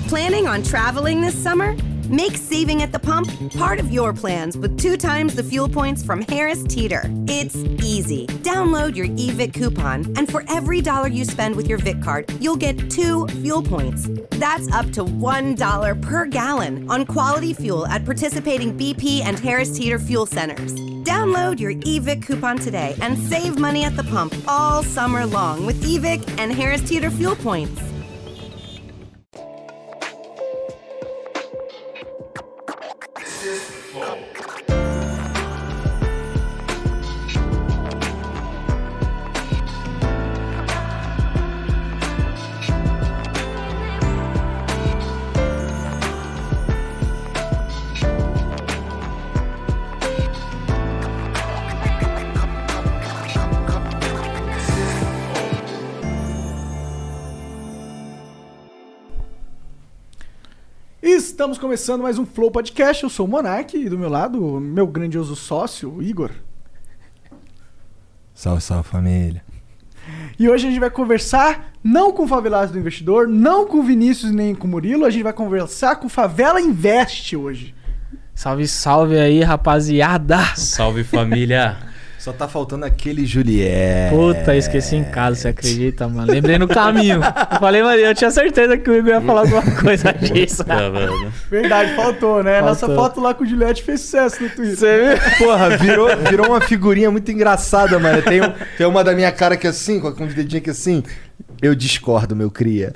Planning on traveling this summer? Make saving at the pump part of your plans with 2 times the fuel points from Harris Teeter. It's easy. Download your eVic coupon, and for every dollar you spend with your Vic card, you'll get 2 fuel points. That's up to $1 per gallon on quality fuel at participating BP and Harris Teeter fuel centers. Download your eVic coupon today and save money at the pump all summer long with eVic and Harris Teeter fuel points. Estamos começando mais um Flow Podcast. Eu sou o Monark e do meu lado, o meu grandioso sócio, o Igor. Salve, salve, família. E hoje a gente vai conversar não com o Favelados do Investidor, não com o Vinícius nem com o Murilo, a gente vai conversar com o Favela Invest hoje. Salve, salve aí, rapaziada. Salve, família. Só tá faltando aquele Juliette. Puta, esqueci em casa, você acredita, mano? Lembrei no caminho. Eu falei, mas eu tinha certeza que o Igor ia falar alguma coisa disso. Verdade, faltou, né? Faltou. Nossa foto lá com o Juliette fez sucesso no Twitter. Você viu? Porra, virou uma figurinha muito engraçada, mano. Tem uma da minha cara que é assim, com os dedinhos aqui assim. Eu discordo, meu cria.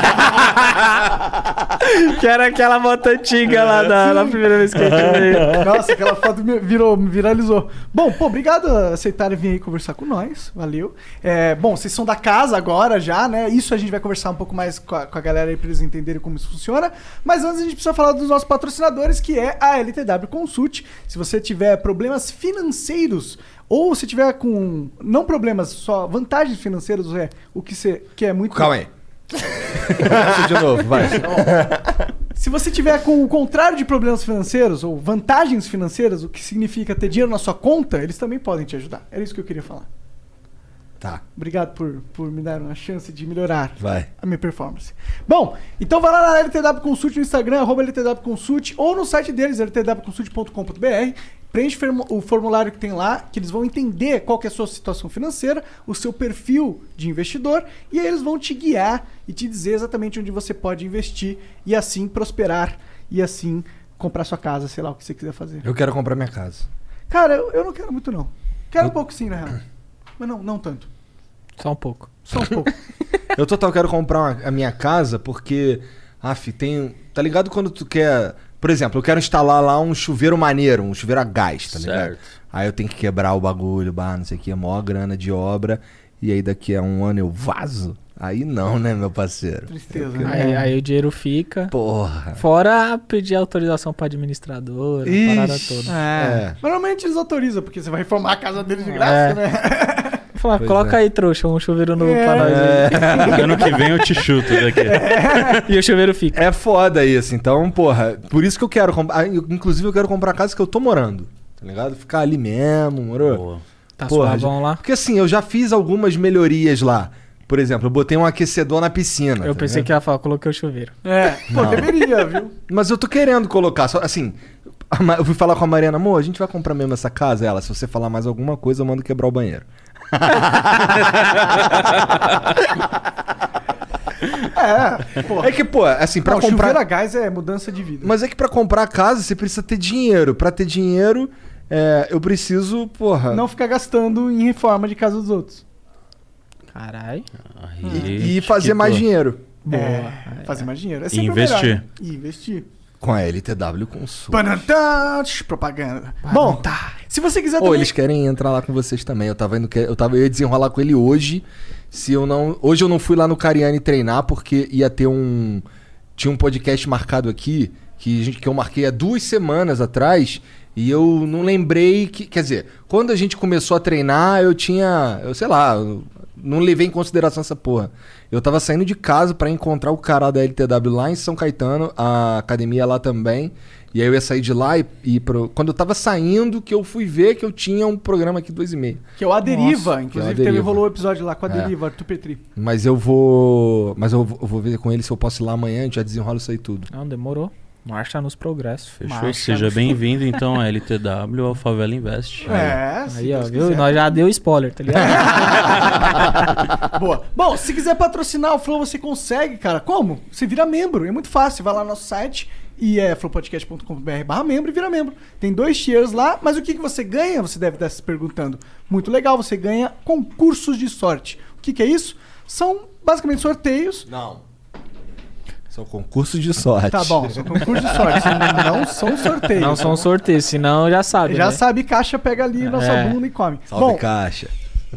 Que era aquela moto antiga lá na primeira vez que a gente veio. Nossa, aquela foto viralizou. Bom, pô, obrigado a aceitarem vir aí conversar com nós. Valeu. Bom, vocês são da casa agora já, né? Isso a gente vai conversar um pouco mais com a galera aí pra eles entenderem como isso funciona. Mas antes a gente precisa falar dos nossos patrocinadores, que é a LTW Consult. Se você tiver problemas financeiros ou se tiver com, não problemas, só vantagens financeiras, o que você quer muito... Calma aí. Começa de novo, vai. Se você tiver com o contrário de problemas financeiros ou vantagens financeiras, o que significa ter dinheiro na sua conta, eles também podem te ajudar. Era isso que eu queria falar. Tá. Obrigado por me dar uma chance de melhorar a minha performance. Bom, então vai lá na LTW Consult no Instagram, @LTW Consult, ou no site deles, ltwconsult.com.br. Preenche o formulário que tem lá, que eles vão entender qual que é a sua situação financeira, o seu perfil de investidor, e aí eles vão te guiar e te dizer exatamente onde você pode investir e assim prosperar e assim comprar sua casa, sei lá o que você quiser fazer. Eu quero comprar minha casa. Cara, eu não quero muito não. Quero um pouco sim, na real. Mas não tanto. Só um pouco. Só um pouco. Eu total quero comprar a minha casa porque, tá ligado quando tu quer... Por exemplo, eu quero instalar lá um chuveiro maneiro, um chuveiro a gás, tá ligado? Certo. Aí eu tenho que quebrar o bagulho, não sei o que, a maior grana de obra, e aí daqui a um ano eu vazo? Aí não, né, meu parceiro? Tristeza, né? Aí o dinheiro fica. Porra. Fora pedir autorização pra administradora, a parada toda. Mas normalmente eles autorizam, porque você vai reformar a casa deles de graça, né? Falar, coloca aí, trouxa, um chuveiro novo pra nós aí. Ano que vem eu te chuto daqui. E o chuveiro fica. É foda isso, então, porra, por isso que eu quero comprar. Inclusive, eu quero comprar a casa que eu tô morando, tá ligado? Ficar ali mesmo, moro? Boa. Tá Porra, suavão lá? Porque assim, eu já fiz algumas melhorias lá. Por exemplo, eu botei um aquecedor na piscina. Eu pensei que ia falar, coloquei o chuveiro. Pô, deveria, viu? Mas eu tô querendo colocar, só assim. Eu fui falar com a Mariana, amor, a gente vai comprar mesmo essa casa? Ela, se você falar mais alguma coisa, eu mando quebrar o banheiro. Porra. É que, pô, assim, pra Não, comprar. chuveiro a gás é mudança de vida. Mas é que pra comprar a casa você precisa ter dinheiro. Pra ter dinheiro, eu preciso, porra. Não ficar gastando em reforma de casa dos outros. Caralho. E fazer mais dinheiro. Fazer mais dinheiro. É E sempre investir. o melhor, né? E investir. Com a LTW Consult. Panantã, propaganda. Bom, se você quiser também... Eles querem entrar lá com vocês também. Eu ia desenrolar com ele hoje. Hoje eu não fui lá no Cariani treinar porque ia ter tinha um podcast marcado aqui que eu marquei há 2 semanas atrás e eu não lembrei que... Quer dizer, quando a gente começou a treinar, eu sei lá, não levei em consideração essa porra. Eu tava saindo de casa pra encontrar o cara da LTW lá em São Caetano, a academia lá também. E aí eu ia sair de lá e ir pro... Quando eu tava saindo, que eu fui ver que eu tinha um programa aqui 2h30. Que é o A Deriva. Nossa, Inclusive, rolou o episódio lá com a Deriva, Arthur Petri. Mas eu vou ver com ele se eu posso ir lá amanhã, a gente já desenrola isso aí tudo. Não, demorou. Marcha nos progressos. Fechou? Seja bem-vindo, então, a LTW, ao Favela Invest. Aí, ó, viu? Nós já deu spoiler, tá ligado? Boa. Bom, se quiser patrocinar o Flow, você consegue, cara. Como? Você vira membro. É muito fácil. Vai lá no nosso site e é flowpodcast.com.br/membro e vira membro. Tem 2 tiers lá, mas o que você ganha? Você deve estar se perguntando. Muito legal, você ganha concursos de sorte. O que é isso? São basicamente sorteios. Não. São concursos de sorte. Tá bom, são concursos de sorte. Não são sorteios. Não são sorteios, senão já sabe. Já né? sabe, Caixa pega ali na sua bunda e come. Salve, bom, Caixa.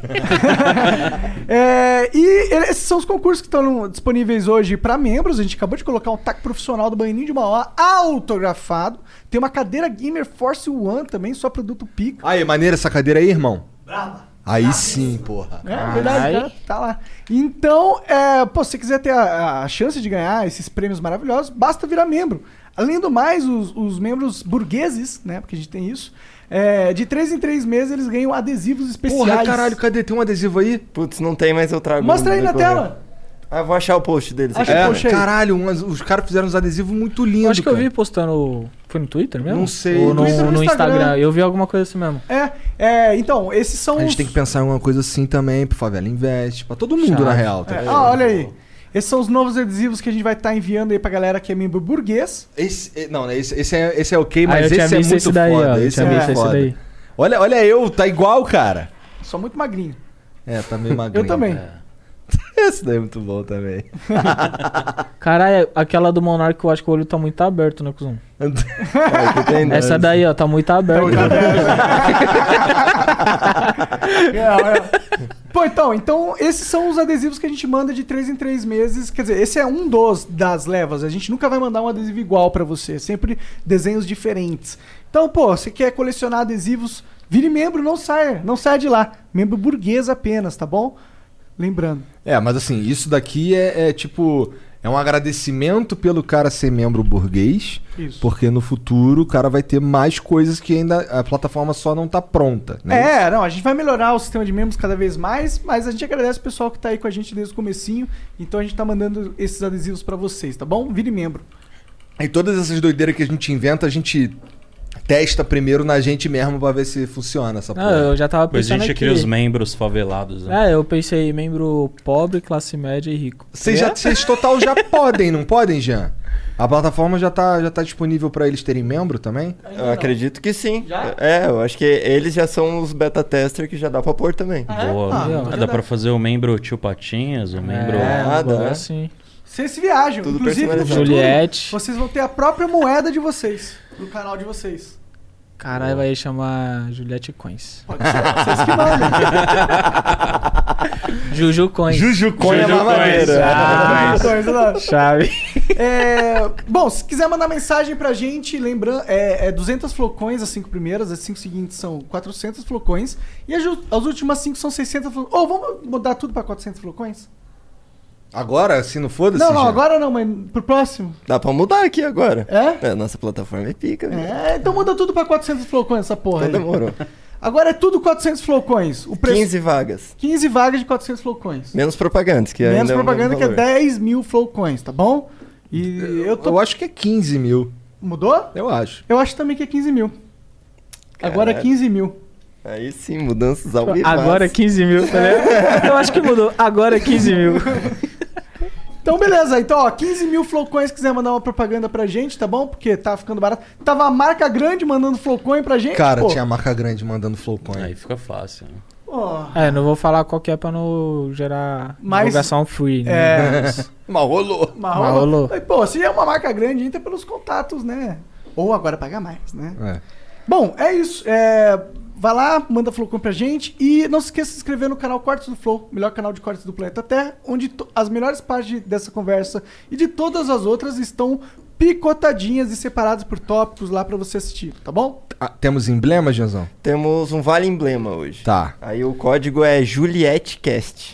E esses são os concursos que estão disponíveis hoje para membros. A gente acabou de colocar um taco profissional do Banhininho de Mauá autografado. Tem uma cadeira Gamer Force One também, só produto pica. Aí, maneira essa cadeira aí, irmão? Brava. Aí sim, porra. É verdade, cara, tá lá. Então, se você quiser ter a chance de ganhar esses prêmios maravilhosos, basta virar membro. Além do mais, os membros burgueses, né, porque a gente tem isso, de 3 em 3 meses eles ganham adesivos especiais. Porra, caralho, cadê? Tem um adesivo aí? Putz, não tem, mas eu trago. Mostra aí na tela. Ah, eu vou achar o post deles. Acha o post aí. Caralho, os caras fizeram uns adesivos muito lindos. Acho que eu vi postando. Foi no Twitter mesmo? Não sei. Ou no Twitter, no Instagram. Eu vi alguma coisa assim mesmo. Então, esses são A gente tem que pensar em uma coisa assim também, pro Favela Invest, pra todo mundo, Chave. na real. Tá? olha aí. Esses são os novos adesivos que a gente vai estar enviando aí pra galera que é membro burguês. Esse é ok, mas eu tinha esse é visto muito esse daí, foda. ó. Eu Esse tinha é muito visto esse foda. daí. Olha eu, tá igual, cara. Só muito magrinho. Tá meio magrinho. Eu também. Esse daí é muito bom também. Caralho, aquela do Monark eu acho que o olho tá muito aberto, né, cuzão? Essa daí, ó, tá muito aberto. Pô, então, esses são os adesivos que a gente manda de 3 em 3 meses. Quer dizer, esse é um das levas. A gente nunca vai mandar um adesivo igual pra você. Sempre desenhos diferentes. Então, você quer colecionar adesivos, vire membro, não saia de lá. Membro burguês apenas, tá bom? Lembrando. Mas assim, isso daqui tipo... É um agradecimento pelo cara ser membro burguês. Isso. Porque no futuro o cara vai ter mais coisas que ainda a plataforma só não tá pronta. Né? A gente vai melhorar o sistema de membros cada vez mais, mas a gente agradece o pessoal que tá aí com a gente desde o comecinho. Então a gente tá mandando esses adesivos pra vocês, tá bom? Vire membro. E todas essas doideiras que a gente inventa, a gente testa primeiro na gente mesmo pra ver se funciona essa porra. Eu já tava pensando Depois a gente cria os membros favelados. Né? Eu pensei membro pobre, classe média e rico. Vocês total já podem, não podem, Jean? A plataforma já tá disponível pra eles terem membro também? Eu acredito que sim. Já? Eu acho que eles já são os beta tester que já dá pra pôr também. Boa. Dá pra fazer o membro Tio Patinhas, o membro... né? Assim. Vocês viajam. Tudo Inclusive, no futuro, Juliette. vocês vão ter a própria moeda de vocês no canal de vocês. Caralho, vai chamar Juliette Coins. Pode ser, vocês que mandam. Juju Coins. Juju Coin é uma maneira. Chave. Bom, se quiser mandar mensagem pra gente, lembrando, 200 flocões as 5 primeiras, as 5 seguintes são 400 flocões e as últimas 5 são 600 flocões. Vamos mudar tudo pra 400 flocões? Agora, se não foda-se? Não, agora não, mas pro próximo. Dá pra mudar aqui agora. É? Nossa plataforma é pica, velho. Então muda tudo pra 400 flocões essa porra Então aí. demorou. Agora é tudo 400 flocões. O preço... 15 vagas. 15 vagas de 400 flocões. Menos propagandas, que Menos ainda propaganda, é que é o mesmo 10 mil flocões, tá bom? E eu acho que é 15 mil. Mudou? Eu acho. Eu acho também que é 15 mil. Agora é Caralho. 15 mil. Aí sim, mudanças ao vivo. Agora é 15 mil, tá ligado? Eu acho que mudou. Agora é 15 mil. Então, beleza. Então, 15 mil flocões, quiser mandar uma propaganda pra gente, tá bom? Porque tá ficando barato. Tava a marca grande mandando flocõe pra gente, Cara, tinha a marca grande mandando flowcoin. Aí fica fácil. Né? Não vou falar qual que é pra não gerar Mas- divulgação free, né? Mas rolou. Mas rolou. Mas, se é uma marca grande, entra pelos contatos, né? Ou agora paga mais, né? É. Bom, é isso. Vai lá, manda flowcoin pra gente. E não se esqueça de se inscrever no canal Cortes do Flow, melhor canal de cortes do planeta Terra, onde as melhores partes dessa conversa e de todas as outras estão picotadinhas e separadas por tópicos lá pra você assistir, tá bom? Temos emblema, Janzão? Temos um vale emblema hoje. Tá. Aí o código é JulietteCast.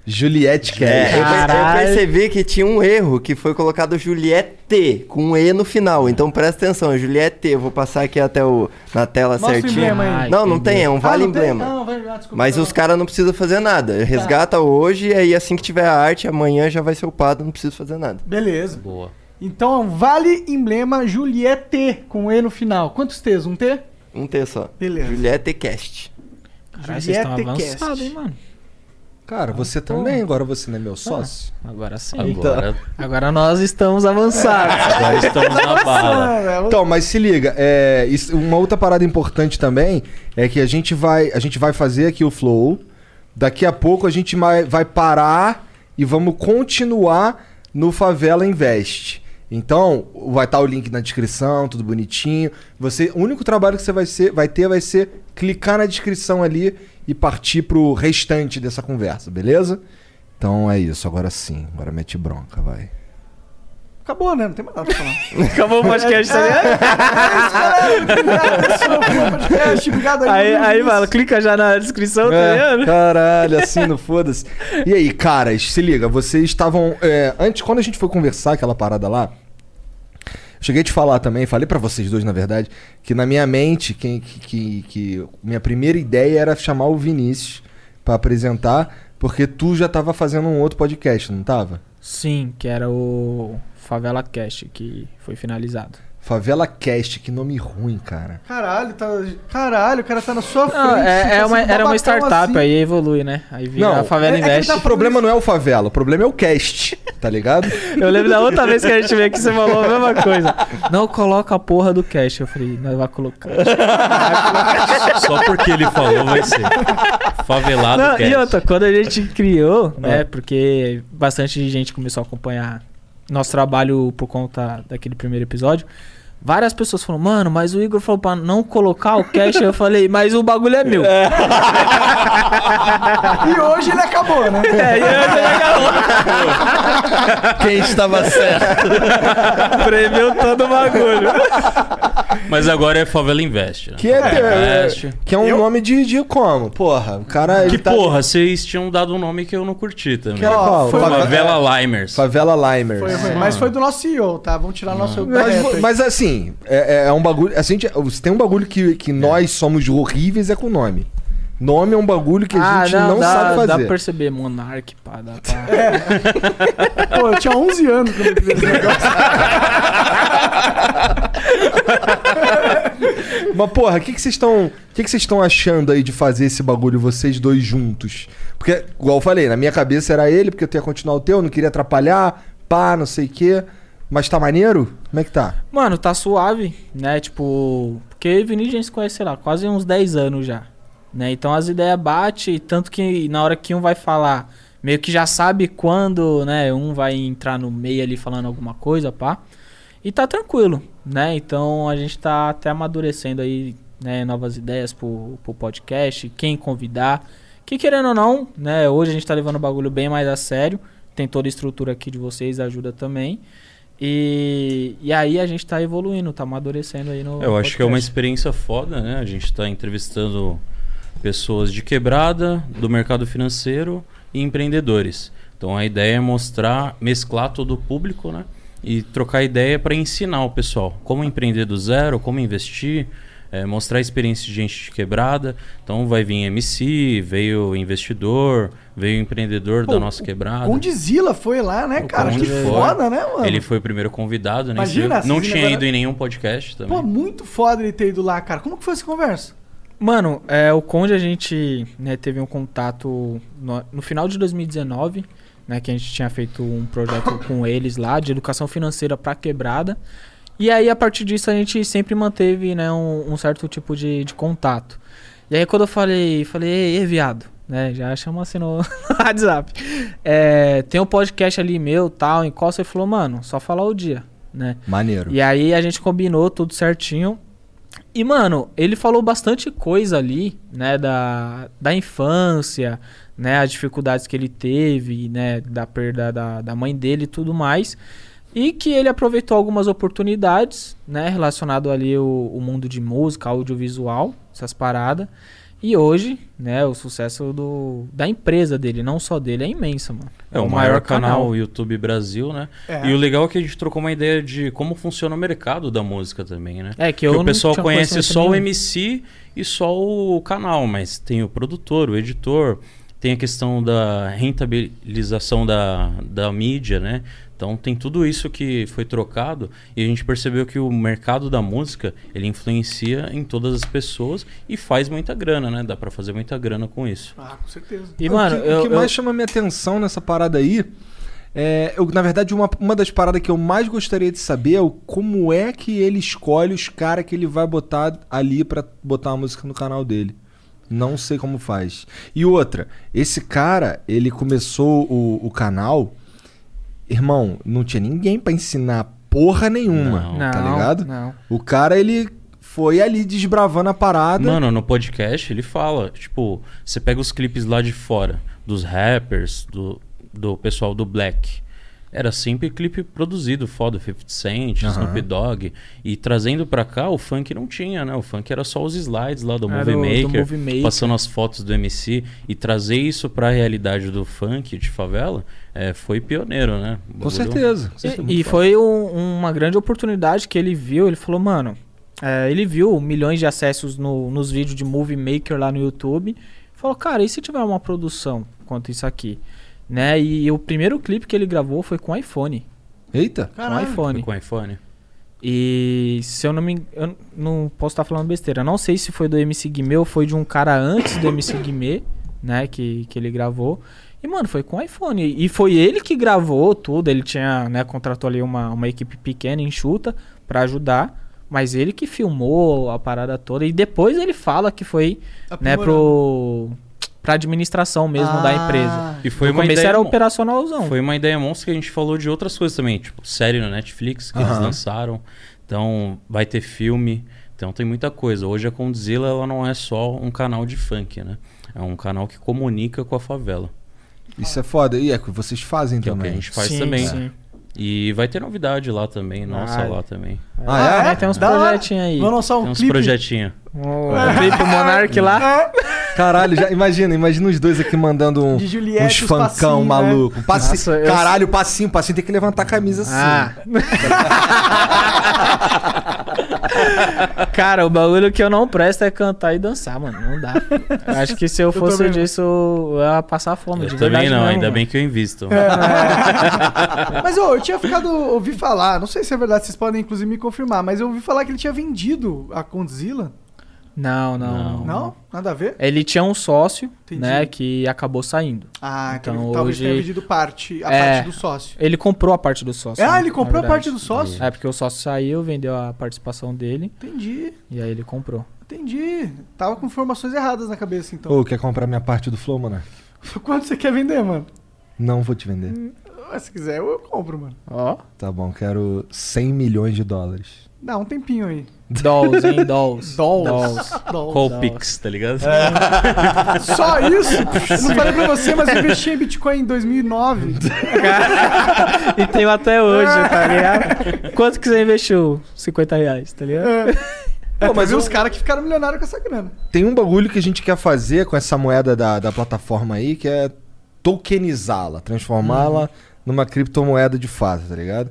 Juliette Cash. Eu percebi que tinha um erro, que foi colocado Juliette, com um E no final. Então presta atenção, Juliette, eu vou passar aqui até na tela Mostra certinho. o emblema aí. Não tem, é um vale emblema. Não, desculpa. Mas os caras não precisam fazer nada. Resgata hoje, e aí assim que tiver a arte, amanhã já vai ser upado, não precisa fazer nada. Beleza. Boa. Então, vale emblema Juliette, com E no final. Quantos T's? Um T? Um T só. Beleza. Juliette Cast. Caralho, vocês estão Juliette avançados, Cast. hein, mano? Cara, você também, agora você não é meu sócio? Agora sim. Agora Nós estamos avançados. estamos na bala. Então, mas se liga, uma outra parada importante também é que a gente vai fazer aqui o Flow, daqui a pouco a gente vai parar e vamos continuar no Favela Invest. Então, vai estar o link na descrição, tudo bonitinho. O único trabalho que você vai ter clicar na descrição ali e partir pro restante dessa conversa, beleza? Então é isso, agora sim. Agora mete bronca, vai. Acabou, né? Não tem mais nada pra falar. Acabou o podcast, Obrigado aí, mano, clica já na descrição, tá ligado? Caralho, assino, foda-se. E aí, caras, se liga, vocês estavam... antes, quando a gente foi conversar aquela parada lá, cheguei a te falar também, falei pra vocês dois, na verdade, que na minha mente, que minha primeira ideia era chamar o Vinícius pra apresentar, porque tu já tava fazendo um outro podcast, não tava? Sim, que era o Favela Cast, que foi finalizado. Favela Cast, que nome ruim, cara. Caralho, o cara tá na sua frente. Não, era uma startup, assim. aí evolui, né? Aí vira a Favela Invest. O problema não é o Favela, o problema é o cast, tá ligado? Eu lembro da outra vez que a gente veio aqui, você falou a mesma coisa. Não coloca a porra do cast. Eu falei, nós vamos colocar. Só porque ele falou vai ser. Favelado Cast. E outra, quando a gente criou, né? Porque bastante gente começou a acompanhar nosso trabalho por conta daquele primeiro episódio. Várias pessoas falaram, mano, mas o Igor falou pra não colocar o cash. Eu falei, mas o bagulho é meu. E hoje ele acabou, né? E hoje ele acabou. Quem estava certo? Preveu todo o bagulho. Mas agora é Favela Invest, né? Que é um nome de como? Porra, o cara... Porra, vocês tinham dado um nome que eu não curti também. Que era qual? Favela Limers. Favela Limers. Mas foi do nosso CEO, tá? Vamos tirar nosso... Mas assim, é um bagulho... Assim, se tem um bagulho que nós somos horríveis é com nome. Nome é um bagulho que a gente não sabe fazer. Dá pra perceber, Monark, pá, dá pra... Pô, eu tinha 11 anos quando eu fiz esse negócio. Mas, porra, o que vocês estão achando aí de fazer esse bagulho vocês dois juntos? Porque, igual eu falei, na minha cabeça era ele, porque eu ia continuar o teu, não queria atrapalhar, pá, não sei o quê. Mas tá maneiro? Como é que tá? Mano, tá suave, né? Tipo, porque Vinícius a gente se conhece, sei lá, quase uns 10 anos já. Né? Então as ideias batem, tanto que na hora que um vai falar, meio que já sabe quando, né, um vai entrar no meio ali falando alguma coisa, pá. E tá tranquilo, né? Então a gente tá até amadurecendo aí, né, novas ideias pro podcast, quem convidar. Que querendo ou não, né, hoje a gente tá levando o bagulho bem mais a sério. Tem toda a estrutura aqui de vocês, ajuda também. E aí a gente tá evoluindo, tá amadurecendo aí no Eu acho que é uma experiência foda, né? A gente tá entrevistando pessoas de quebrada, do mercado financeiro e empreendedores. Então a ideia é mesclar todo o público, né? E trocar ideia para ensinar o pessoal como empreender do zero, como investir, mostrar a experiência de gente de quebrada. Então vai vir MC, veio investidor, veio empreendedor da nossa quebrada. O Condzilla foi lá, né, cara? Que foda, né, mano? Ele foi o primeiro convidado, né? Imagina, não tinha ido em nenhum podcast também. Pô, muito foda ele ter ido lá, cara. Como que foi essa conversa? Mano, o Conde a gente, né, teve um contato no final de 2019, né, que a gente tinha feito um projeto com eles lá de educação financeira pra quebrada. E aí a partir disso a gente sempre manteve, né, um certo tipo de contato. E aí quando eu falei, ei, viado, né, já chama assim no WhatsApp. Tem um podcast ali meu, tal, em qual você falou, mano, só falar o dia, né? Maneiro. E aí a gente combinou tudo certinho. E, mano, ele falou bastante coisa ali, né, da infância, né, as dificuldades que ele teve, né, da perda da mãe dele e tudo mais. E que ele aproveitou algumas oportunidades, né, relacionado ali o mundo de música, audiovisual, essas paradas. E hoje, né, o sucesso da empresa dele, não só dele, é imenso, mano. É o maior canal YouTube Brasil, né? É. E o legal é que a gente trocou uma ideia de como funciona o mercado da música também, né? Que o pessoal conhece só o nenhum. MC e só o canal, mas tem o produtor, o editor, tem a questão da rentabilização da mídia, né? Então tem tudo isso que foi trocado e a gente percebeu que o mercado da música, ele influencia em todas as pessoas e faz muita grana, né? Dá pra fazer muita grana com isso. Ah, com certeza. E, mano, o que mais chama minha atenção nessa parada aí na verdade, uma das paradas que eu mais gostaria de saber é como é que ele escolhe os caras que ele vai botar ali pra botar a música no canal dele. Não sei como faz. E outra, esse cara, ele começou o canal... Irmão, não tinha ninguém pra ensinar porra nenhuma, tá ligado? Não. O cara, ele foi ali desbravando a parada. Mano, no podcast ele fala, tipo, você pega os clipes lá de fora, dos rappers, do pessoal do Black. Era sempre clipe produzido, foda, 50 Cent, Snoop Dogg. E trazendo pra cá, o funk não tinha, né? O funk era só os slides lá do Movie Maker, passando as fotos do MC. E trazer isso pra realidade do funk de favela foi pioneiro, né? Com certeza. E foi uma grande oportunidade que ele viu. Ele falou, mano, ele viu milhões de acessos nos vídeos de Movie Maker lá no YouTube. Falou, cara, e se tiver uma produção quanto isso aqui? Né? E o primeiro clipe que ele gravou foi com iPhone. Eita! Com iPhone. Foi com iPhone. E se eu não posso estar falando besteira. Não sei se foi do MC Guimê ou foi de um cara antes do MC Guimê, né? Que ele gravou. E, mano, foi com iPhone. E foi ele que gravou tudo. Ele tinha, né, contratou ali uma equipe pequena, enxuta, pra ajudar. Mas ele que filmou a parada toda. E depois ele fala que foi, né, pra administração mesmo da empresa. E foi no uma começo ideia era operacionalzão. Foi uma ideia monstra que a gente falou de outras coisas também, tipo série no Netflix que eles lançaram. Então vai ter filme, então tem muita coisa. Hoje a Condzilla, ela não é só um canal de funk, né? É um canal que comunica com a favela. Isso é foda. E é o que vocês fazem que também. É o que a gente faz sim, também. Sim. E vai ter novidade lá também, nossa lá também. Tem uns projetinhos aí. Vamos lançar um Tem uns clipe. projetinhos. O clipe Monark lá. Caralho, imagina os dois aqui mandando uns Juliette, funkão passinho, maluco. né? Caralho, passinho tem que levantar a camisa assim. Cara, o bagulho que eu não presto é cantar e dançar, mano. Não dá. Acho que se eu fosse disso, eu ia passar fome. Eu também não, ainda bem que eu invisto. Mas eu tinha ouvi falar, não sei se é verdade, vocês podem inclusive me confirmar, mas eu ouvi falar que ele tinha vendido a Condzilla. Não. Não? Nada a ver? Ele tinha um sócio, né, que acabou saindo. Então Então, talvez hoje- tenha vendido parte do sócio. Ele comprou a parte do sócio. Ele na comprou a verdade. parte do sócio? É, porque o sócio saiu, vendeu a participação dele Entendi. e aí ele comprou. Tava com informações erradas na cabeça, então. Ô, quer comprar minha parte do Flow, mano? Quanto você quer vender, mano? Não vou te vender. Se quiser, eu compro, mano. Ó. Tá bom, quero 100 milhões de dólares. Dá um tempinho aí. Dolls, hein? Dolls. Colpix, tá ligado? Só isso? Eu não falei pra você, mas eu investi em Bitcoin em 2009. E tenho até hoje, tá ligado? Quanto que você investiu? R$50, tá ligado? Mas os caras que ficaram milionários com essa grana. Tem um bagulho que a gente quer fazer com essa moeda da plataforma aí, que é tokenizá-la, transformá-la numa criptomoeda de fato, tá ligado?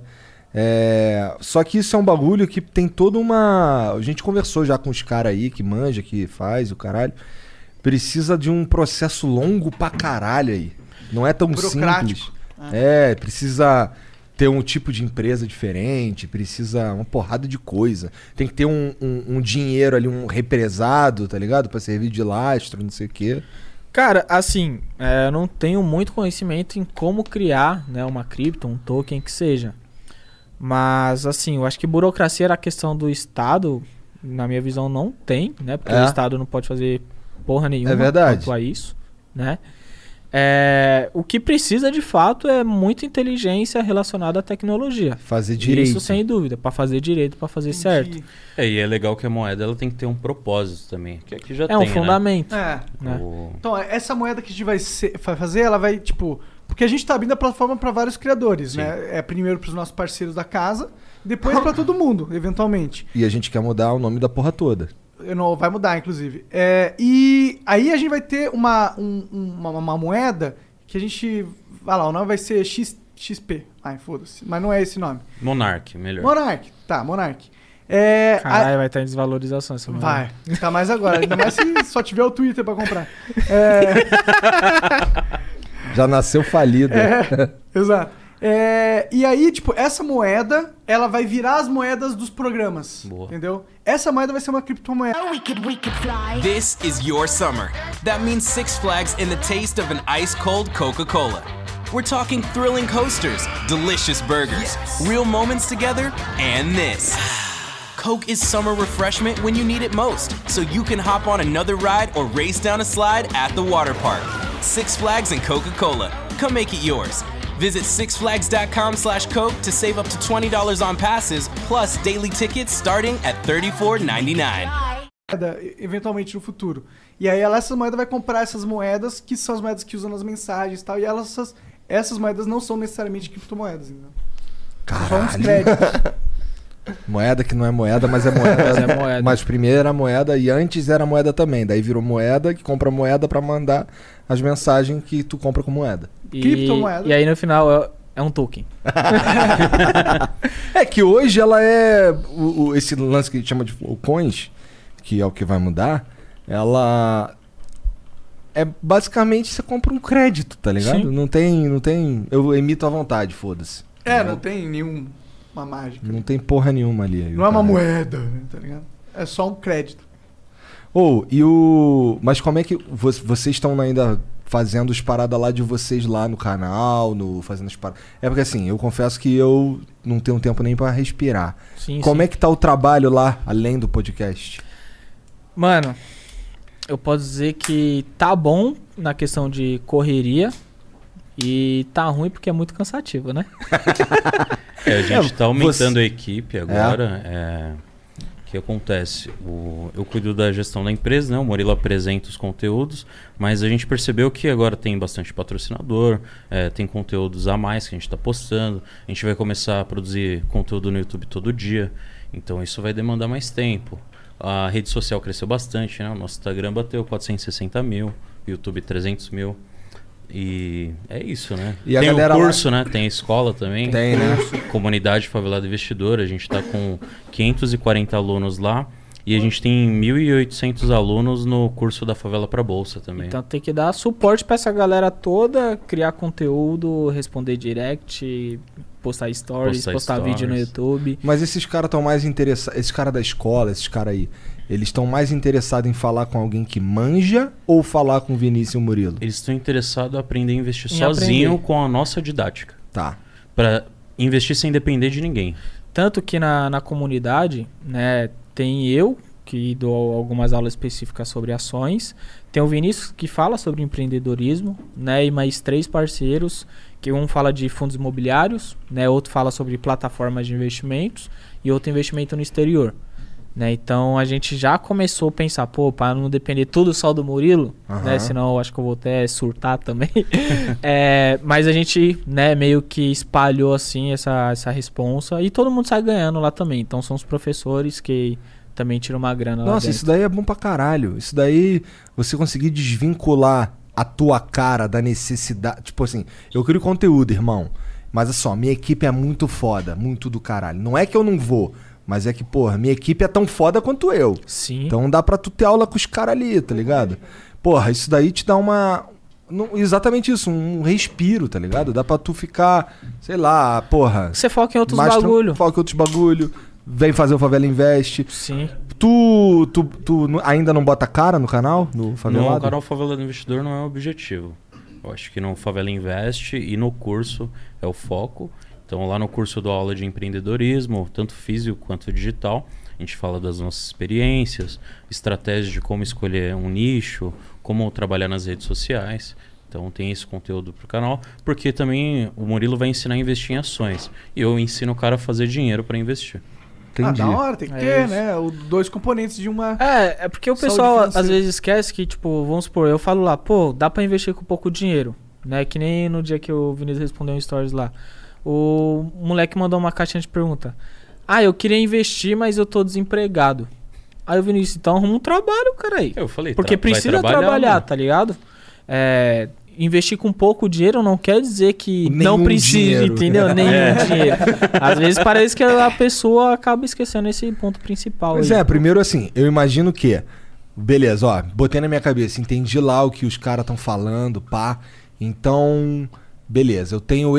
Só que isso é um bagulho que tem toda uma... A gente conversou já com os caras aí, que manja, que faz o caralho. Precisa de um processo longo pra caralho aí. Não é tão simples. Precisa ter um tipo de empresa diferente, precisa uma porrada de coisa. Tem que ter um dinheiro ali, um represado, tá ligado? Pra servir de lastro, não sei o quê. Cara, assim, eu não tenho muito conhecimento em como criar, né, uma cripto, um token que seja. Mas, assim, eu acho que burocracia era a questão do Estado, na minha visão, não tem, né? Porque o Estado não pode fazer porra nenhuma quanto a isso, né? O que precisa, de fato, é muita inteligência relacionada à tecnologia. Fazer direito. Isso, sem dúvida, pra fazer direito, pra fazer certo. E é legal que a moeda ela tem que ter um propósito também. Que aqui já tem, um fundamento. Né? Então, essa moeda que a gente vai fazer, ela vai, tipo... Porque a gente tá abrindo a plataforma para vários criadores, né? Primeiro pros nossos parceiros da casa, depois para todo mundo, eventualmente. E a gente quer mudar o nome da porra toda. Não, vai mudar, inclusive. E aí a gente vai ter uma moeda que a gente... Vai lá, o nome vai ser XP. Ai, foda-se. Mas não é esse nome. Monark, melhor. Monark. Tá, Monark. Caralho, vai estar em desvalorização essa moeda. Vai. Tá mais agora. Ainda mais se só tiver o Twitter pra comprar. Já nasceu falida. Exato. E aí, tipo, essa moeda, ela vai virar as moedas dos programas. Boa. Entendeu? Essa moeda vai ser uma criptomoeda. This is your summer. That means Six Flags and the taste of an ice-cold Coca-Cola. We're talking thrilling coasters, delicious burgers, real moments together, and this. Coke is summer refreshment when you need it most, so you can hop on another ride or race down a slide at the water park. Six Flags and Coca-Cola. Come make it yours. Visit sixflags.com/Coke to save up to $20 on passes, plus daily tickets starting at $34.99. Eventualmente no futuro. E aí essa moeda vai comprar essas moedas, que são as moedas que usam nas mensagens e tal, e essas moedas não são necessariamente criptomoedas, entendeu? Caralho. Só uns créditos. Moeda que não é moeda, mas é moeda. Mas é moeda. Mas primeiro era moeda e antes era moeda também. Daí virou moeda que compra moeda pra mandar as mensagens que tu compra com moeda. Criptomoeda. E aí no final é um token. É que hoje ela é... esse lance que a gente chama de coins, que é o que vai mudar, ela... É basicamente você compra um crédito, tá ligado? Sim. Não tem... Eu emito à vontade, foda-se. Não tem nenhuma mágica. Não tem porra nenhuma ali. Não é uma moeda, tá ligado? É só um crédito. Mas como é que vocês estão ainda fazendo as paradas lá de vocês lá no canal, fazendo as paradas? É porque assim, eu confesso que eu não tenho tempo nem pra respirar. Sim, Como é que tá o trabalho lá, além do podcast? Mano, eu posso dizer que tá bom na questão de correria e tá ruim porque é muito cansativo, né? A gente tá aumentando a equipe agora. O que acontece? Eu cuido da gestão da empresa, né? O Murilo apresenta os conteúdos, mas a gente percebeu que agora tem bastante patrocinador, tem conteúdos a mais que a gente está postando. A gente vai começar a produzir conteúdo no YouTube todo dia, então isso vai demandar mais tempo. A rede social cresceu bastante, né? O nosso Instagram bateu 460 mil, o YouTube 300 mil. E é isso, né? E a tem galera o curso, lá... né? Tem a escola também. Tem, né? Comunidade Favelado Investidor. A gente tá com 540 alunos lá. E a gente tem 1.800 alunos no curso da Favela pra Bolsa também. Então tem que dar suporte pra essa galera toda, criar conteúdo, responder direct, postar stories, postar vídeo no YouTube. Mas esses caras estão mais interessados... Esses caras da escola, esses caras aí... Eles estão mais interessados em falar com alguém que manja ou falar com o Vinícius e o Murilo? Eles estão interessados em aprender a investir sozinho com a nossa didática. Tá. Para investir sem depender de ninguém. Tanto que na comunidade, né, tem eu, que dou algumas aulas específicas sobre ações. Tem o Vinícius, que fala sobre empreendedorismo, né, e mais 3 parceiros, que um fala de fundos imobiliários, né, outro fala sobre plataformas de investimentos e outro investimento no exterior. Né, então a gente já começou a pensar, para não depender tudo só do Murilo, né, senão eu acho que eu vou até surtar também. Mas a gente, né, meio que espalhou assim essa responsa e todo mundo sai ganhando lá também. Então são os professores que também tiram uma grana lá Nossa, dentro. isso daí é bom pra caralho. Isso daí, você conseguir desvincular a tua cara da necessidade. Tipo assim, eu crio conteúdo, irmão, mas é só, minha equipe é muito foda, muito do caralho. Não é que eu não vou, mas é que, porra, minha equipe é tão foda quanto eu. Sim. Então dá pra tu ter aula com os caras ali, tá ligado? Porra, isso daí te dá uma... Exatamente isso, um respiro, tá ligado? Dá pra tu ficar, sei lá, porra... Você foca em outros bagulho. Foca em outros bagulho. Vem fazer o Favela Invest. Sim. Tu ainda não bota cara no canal? No Favelado? No canal Favela do Investidor não é o objetivo. Eu acho que no Favela Invest e no curso é o foco. Então lá no curso eu dou aula de empreendedorismo, tanto físico quanto digital. A gente fala das nossas experiências, estratégias de como escolher um nicho, como trabalhar nas redes sociais. Então tem esse conteúdo pro canal, porque também o Murilo vai ensinar a investir em ações. E eu ensino o cara a fazer dinheiro para investir. Entendi. Da hora, tem que ter, né? Os 2 componentes de uma... É porque o pessoal às vezes esquece que, tipo, vamos supor, eu falo lá, dá pra investir com pouco dinheiro, né? Que nem no dia que o Vinícius respondeu um stories lá. O moleque mandou uma caixinha de pergunta. Eu queria investir, mas eu tô desempregado. Aí o Vinícius, então arruma um trabalho, cara aí. Eu falei, porque precisa trabalhar, tá ligado? Investir com pouco dinheiro não quer dizer que Nenhum não precisa, dinheiro. entendeu? Nenhum dinheiro. Às vezes parece que a pessoa acaba esquecendo esse ponto principal. Pois aí. primeiro assim, eu imagino que... Beleza, ó, botei na minha cabeça, entendi lá o que os caras estão falando, pá. Então, beleza, eu tenho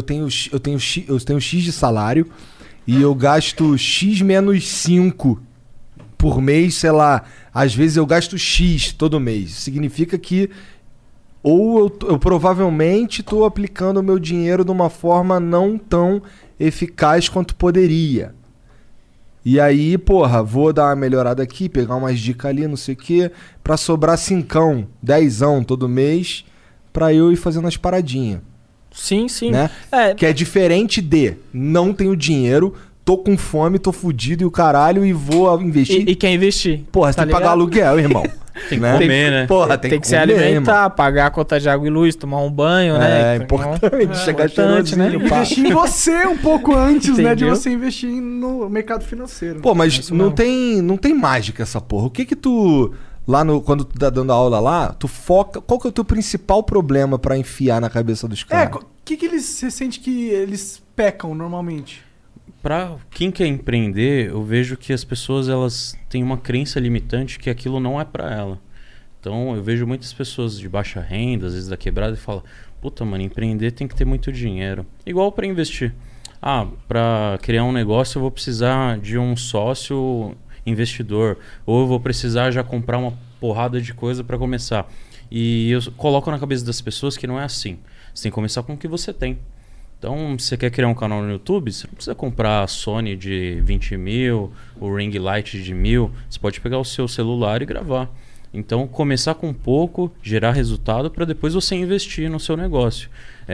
X de salário e eu gasto X menos 5 por mês, sei lá. Às vezes eu gasto X todo mês. Significa que ou eu provavelmente estou aplicando o meu dinheiro de uma forma não tão eficaz quanto poderia. E aí, porra, vou dar uma melhorada aqui, pegar umas dicas ali, não sei o quê, pra sobrar 5, 10 todo mês, pra eu ir fazendo as paradinhas. Sim, sim. Né? Que é diferente de não tenho dinheiro, tô com fome, tô fudido e o caralho e vou investir. E quer investir. Porra, você tem que pagar aluguel, irmão. Tem que comer, né? Porra, tem que se comer, alimentar, irmão. pagar a conta de água e luz, tomar um banho, né? É importante, chegar importante, né? cheirosinho, pá. Investir em você um pouco antes, né? De Entendeu? você investir no mercado financeiro. Pô, mas isso não mesmo. tem mágica essa porra. O que tu... Lá quando tu tá dando aula lá, tu foca... Qual que é o teu principal problema pra enfiar na cabeça dos caras? O que você sente que eles pecam normalmente? Pra quem quer empreender, eu vejo que as pessoas elas têm uma crença limitante que aquilo não é pra ela. Então eu vejo muitas pessoas de baixa renda, às vezes da quebrada, e falam: puta, mano, empreender tem que ter muito dinheiro. Igual pra investir. Pra criar um negócio eu vou precisar de um sócio investidor, ou eu vou precisar já comprar uma porrada de coisa pra começar. E eu coloco na cabeça das pessoas que não é assim. Você tem que começar com o que você tem. Então, se você quer criar um canal no YouTube, você não precisa comprar a Sony de 20 mil, o Ring Light de 1.000. Você pode pegar o seu celular e gravar. Então, começar com pouco, gerar resultado, para depois você investir no seu negócio.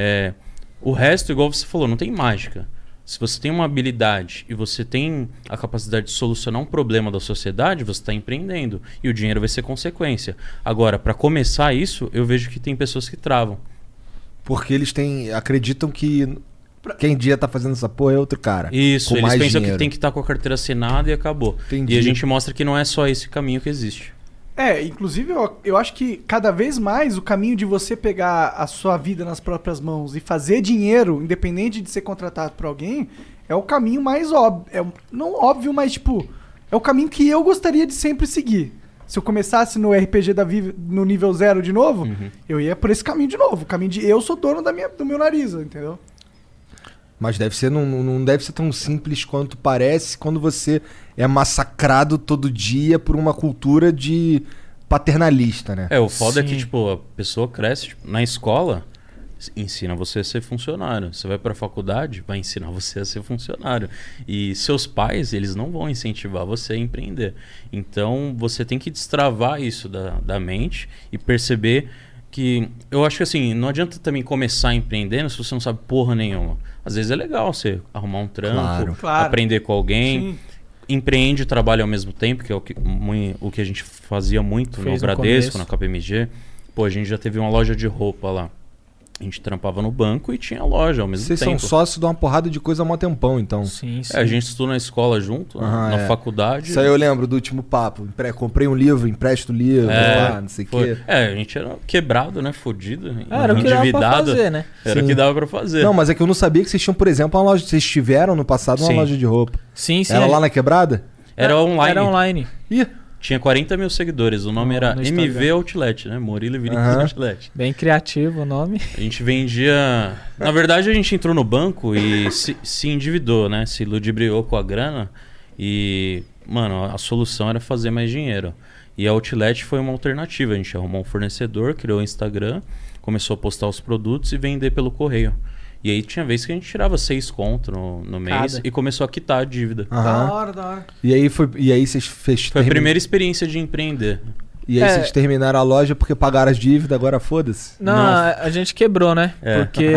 O resto, igual você falou, não tem mágica. Se você tem uma habilidade e você tem a capacidade de solucionar um problema da sociedade, você está empreendendo. E o dinheiro vai ser consequência. Agora, para começar isso, eu vejo que tem pessoas que travam. Porque eles acreditam que quem dia tá fazendo essa porra é outro cara. Isso, com eles mais pensam dinheiro. que tem que estar com a carteira assinada e acabou. Entendi. E a gente mostra que não é só esse caminho que existe. Inclusive eu acho que cada vez mais o caminho de você pegar a sua vida nas próprias mãos e fazer dinheiro, independente de ser contratado por alguém, é o caminho mais óbvio. Não óbvio, mas tipo, é o caminho que eu gostaria de sempre seguir. Se eu começasse no RPG da Vive no nível 0 de novo, eu ia por esse caminho de novo. O caminho de eu sou dono do meu nariz, entendeu? Mas não deve ser tão simples quanto parece quando você é massacrado todo dia por uma cultura de paternalista, né? O foda é que, Sim. tipo, a pessoa cresce, tipo, na escola, ensina você a ser funcionário. Você vai pra faculdade, vai ensinar você a ser funcionário. E seus pais, eles não vão incentivar você a empreender. Então, você tem que destravar isso da mente e perceber que... Eu acho que, assim, não adianta também começar empreendendo se você não sabe porra nenhuma. Às vezes é legal você arrumar um trampo, Claro. aprender com alguém... Sim. Empreende e trabalha ao mesmo tempo, que é o que a gente fazia muito Fez no no Bradesco, começo. na KPMG. Pô, a gente já teve uma loja de roupa lá. A gente trampava no banco e tinha loja ao mesmo Vocês tempo. são sócios de uma porrada de coisa há mó tempão, então. Sim, sim. A gente estudou na escola junto, na faculdade. Isso aí eu lembro do último papo. Comprei um livro, empresto o livro, não sei o quê. A gente era quebrado, né? Fudido, Era o que dava pra fazer, né? Era o Sim. que dava pra fazer. Não, mas é que eu não sabia que vocês tinham, por exemplo, uma loja. Vocês tiveram no passado uma Sim. loja de roupa. Sim, sim. Era lá na quebrada? Era online. Era online. Ih, Tinha 40 mil seguidores. O nome era no MV Instagram. Outlet, né? Murilo e Vinícius Aham. Outlet. Bem criativo o nome. A gente vendia... Na verdade, a gente entrou no banco e se endividou, né? Se ludibriou com a grana. E, mano, a solução era fazer mais dinheiro. E a Outlet foi uma alternativa. A gente arrumou um fornecedor, criou o Instagram, começou a postar os produtos e vender pelo correio. E aí tinha vez que a gente tirava 6 conto no mês Cada. e começou a quitar a dívida. aham. Da hora. E aí vocês Foi a primeira experiência de empreender. E aí vocês terminaram a loja porque pagaram as dívidas, agora foda-se. Não, a gente quebrou, né? É. Porque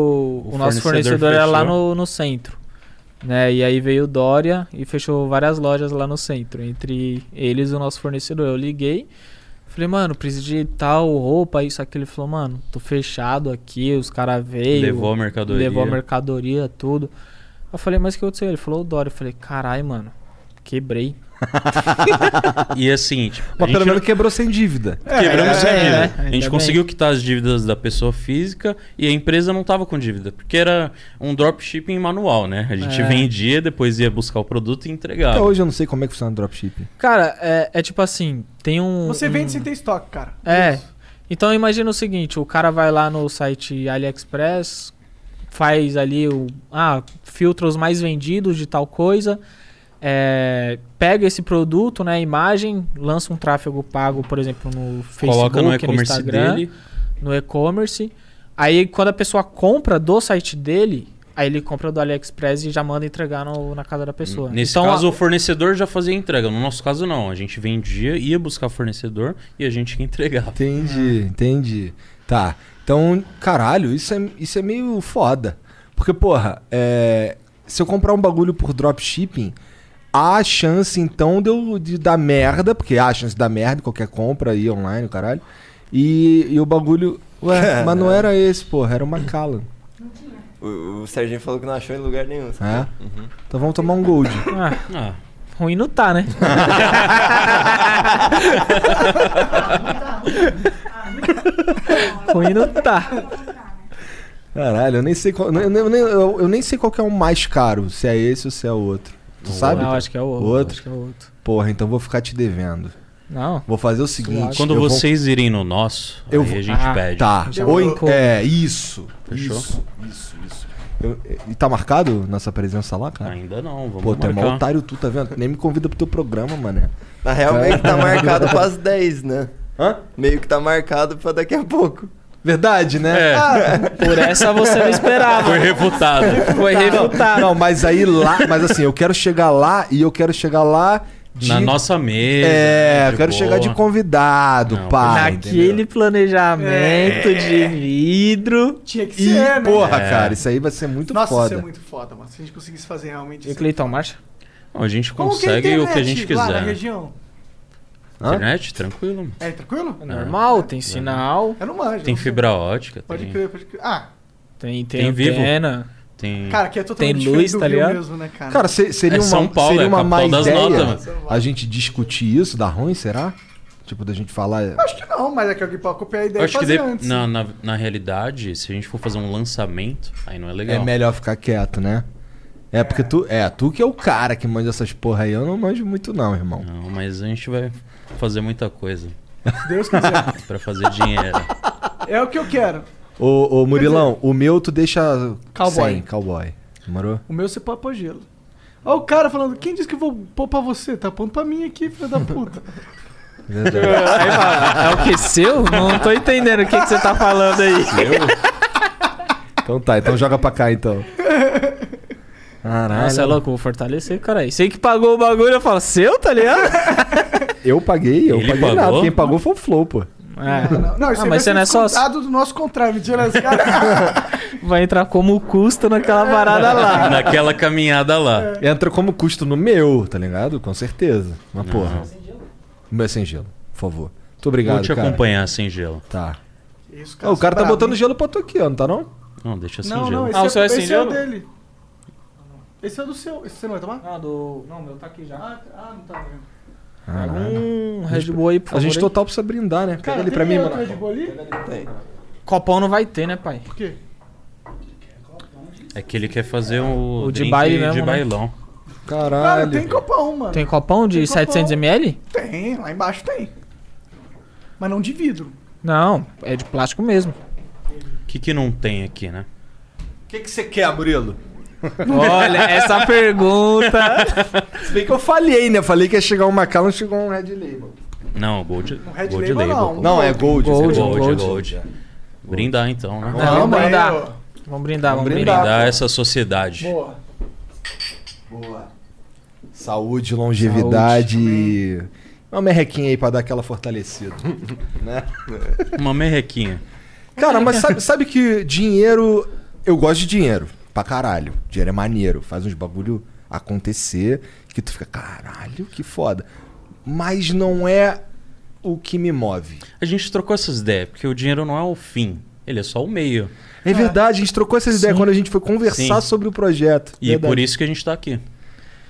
o nosso fornecedor fornecedor era lá fechou. no centro. Né? E aí veio o Dória e fechou várias lojas lá no centro. Entre eles o nosso fornecedor. Eu liguei, falei, mano, preciso de tal roupa, isso, aquilo. Ele falou, mano, tô fechado aqui, os caras veio. Levou a mercadoria. Levou a mercadoria, tudo. Eu falei, mas o que aconteceu? Ele falou, o Dória. Eu falei, carai, mano, quebrei. E assim, tipo, Mas pelo menos quebrou sem dívida. quebramos sem dívida. A gente ainda conseguiu quitar as dívidas da pessoa física e a empresa não tava com dívida. Porque era um dropshipping manual, né? A gente vendia, depois ia buscar o produto e entregava. Até hoje eu não sei como é que funciona o dropshipping. Cara, é tipo assim, tem um... Você vende sem ter estoque, cara. Então imagina o seguinte, o cara vai lá no site AliExpress, faz ali filtra os mais vendidos de tal coisa, pega esse produto, né, imagem, lança um tráfego pago, por exemplo, no Facebook, coloca no e-commerce Instagram, dele. no e-commerce. Aí quando a pessoa compra do site dele, aí ele compra do AliExpress e já manda entregar na casa da pessoa. Nesse então, caso, o fornecedor já fazia a entrega. No nosso caso, não. A gente vendia, ia buscar o fornecedor e a gente que entregava. Entendi. Tá. Então, caralho, isso é meio foda. Porque, porra, se eu comprar um bagulho por dropshipping, há a chance, então, de dar merda, porque há a chance de dar merda em qualquer compra aí online, o caralho. E o bagulho... Ué, mas não era esse, porra, era o Macallan. O Serginho falou que não achou em lugar nenhum. Então vamos tomar um gold. Ruim não tá, né? Ruim não tá. Caralho, eu nem sei qual, eu nem sei qual que é o mais caro, se é esse ou se é o outro. Tu sabe? Não, acho que é o outro. Acho que é o outro. Porra, então vou ficar te devendo. Não. Vou fazer o seguinte. Quando vocês irem no nosso, aí a gente pede. Tá. Isso. Fechou? Isso. E tá marcado nossa presença lá, cara? Ainda não, vamos Pô, tu é marcar. mó otário tu, tá vendo? Nem me convida pro teu programa, mané. Na real, meio que tá marcado pras 10, né? Hã? Meio que tá marcado pra daqui a pouco. Verdade, né? Por essa você não esperava. Foi refutado. Foi refutado. Não, mas aí lá... Mas assim, eu quero chegar lá e eu quero chegar lá... Na nossa mesa. Eu quero chegar de convidado, Não, pai. Naquele planejamento de vidro. Tinha que ser, né? Porra, cara, isso aí vai ser muito Nossa, foda. isso é muito foda, mano. Se a gente conseguisse fazer realmente E isso. Cleiton, marcha? Não, a gente Como que é a consegue o que a internet gente lá quiser. na região? Internet, tranquilo. É tranquilo? É normal, tem sinal, Eu não manjo. Tem não sei. fibra ótica. Pode tem, crer, pode crer. tem Vivo. antena. Tem... Cara, aqui é totalmente Tem luz, diferente do tá Rio ligado? mesmo, né, cara? Cara, seria É São Paulo, seria é uma má capital das ideia notas, a gente discutir isso, dar ruim, será? Tipo, da gente falar... Acho que não, mas é que alguém pode copiar a ideia Eu e acho que fazer antes. na realidade, se a gente for fazer um lançamento, aí não é legal. É melhor ficar quieto, né? Porque tu que é o cara que manja essas porra aí, eu não manjo muito não, irmão. Não, mas a gente vai fazer muita coisa Se Deus quiser. pra fazer dinheiro. É o que eu quero. Ô Murilão, o meu tu deixa Cowboy. 100, cowboy. Demorou? O meu você pode pôr gelo. Olha o cara falando, quem disse que eu vou pôr pra você? Tá pondo pra mim aqui, filho da puta. Verdade. Aí fala, é o que seu? Não tô entendendo o que você tá falando aí. Então tá, então joga pra cá então. Caralho. Nossa, é louco, vou fortalecer, cara. E sei que pagou o bagulho, eu falo, seu, tá ligado? Eu paguei Ele nada. pagou? Quem pagou foi o Flow, pô. Não, isso aí mas você não é sócio? descontado do nosso contrato. Mentira, esse cara... Vai entrar como custo naquela parada lá. Naquela caminhada lá. Entra como custo no meu, tá ligado? Com certeza. Mas porra. O meu é sem gelo, por favor. Muito obrigado, Vou te cara. acompanhar sem gelo. Tá. Isso, Ó, o cara tá brabo, botando hein? gelo pra tu aqui, ó, não tá não? Não, deixa sem Não, gelo. não, esse Ah, o seu é sem esse gelo? o dele. Esse é o do seu. Esse você não vai tomar? Não, meu tá aqui já. Não tá vendo. Pega um Red Bull aí, por A favor. gente aí. total precisa brindar, né? Pega Cara, ali pra mim, outro mano. Red Bull ali? Tem. Copão não vai ter, né, pai? Por quê? É que ele quer fazer o O de drink baile mesmo, de né? bailão. Cara, Caralho. tem copão, mano. Tem copão de Tem copão. 700ml? Tem, lá embaixo tem. Mas não de vidro. Não, é de plástico mesmo. O que não tem aqui, né? O que você quer, Murilo? Olha, essa pergunta. Se bem que eu falhei, né? Falei que ia chegar um Macallan, chegou um Red Label. Não, Gold, Um Red Gold Label, Label. não. Não, é Gold. Gold. Brindar então, né? Vamos aí, brindar. ó. Vamos brindar, vamos brindar. brindar. Brindar essa sociedade. Boa. Boa. Saúde, longevidade e... Uma merrequinha aí pra dar aquela fortalecida. Né? Uma merrequinha. Cara, mas sabe que dinheiro... Eu gosto de dinheiro. Pra caralho. Dinheiro é maneiro. Faz uns bagulho acontecer que tu fica... Caralho, que foda. Mas não é o que me move. A gente trocou essas ideias, porque o dinheiro não é o fim. Ele é só o meio. É verdade, a gente trocou essas ideias quando a gente foi conversar Sim. sobre o projeto. E é por isso que a gente tá aqui.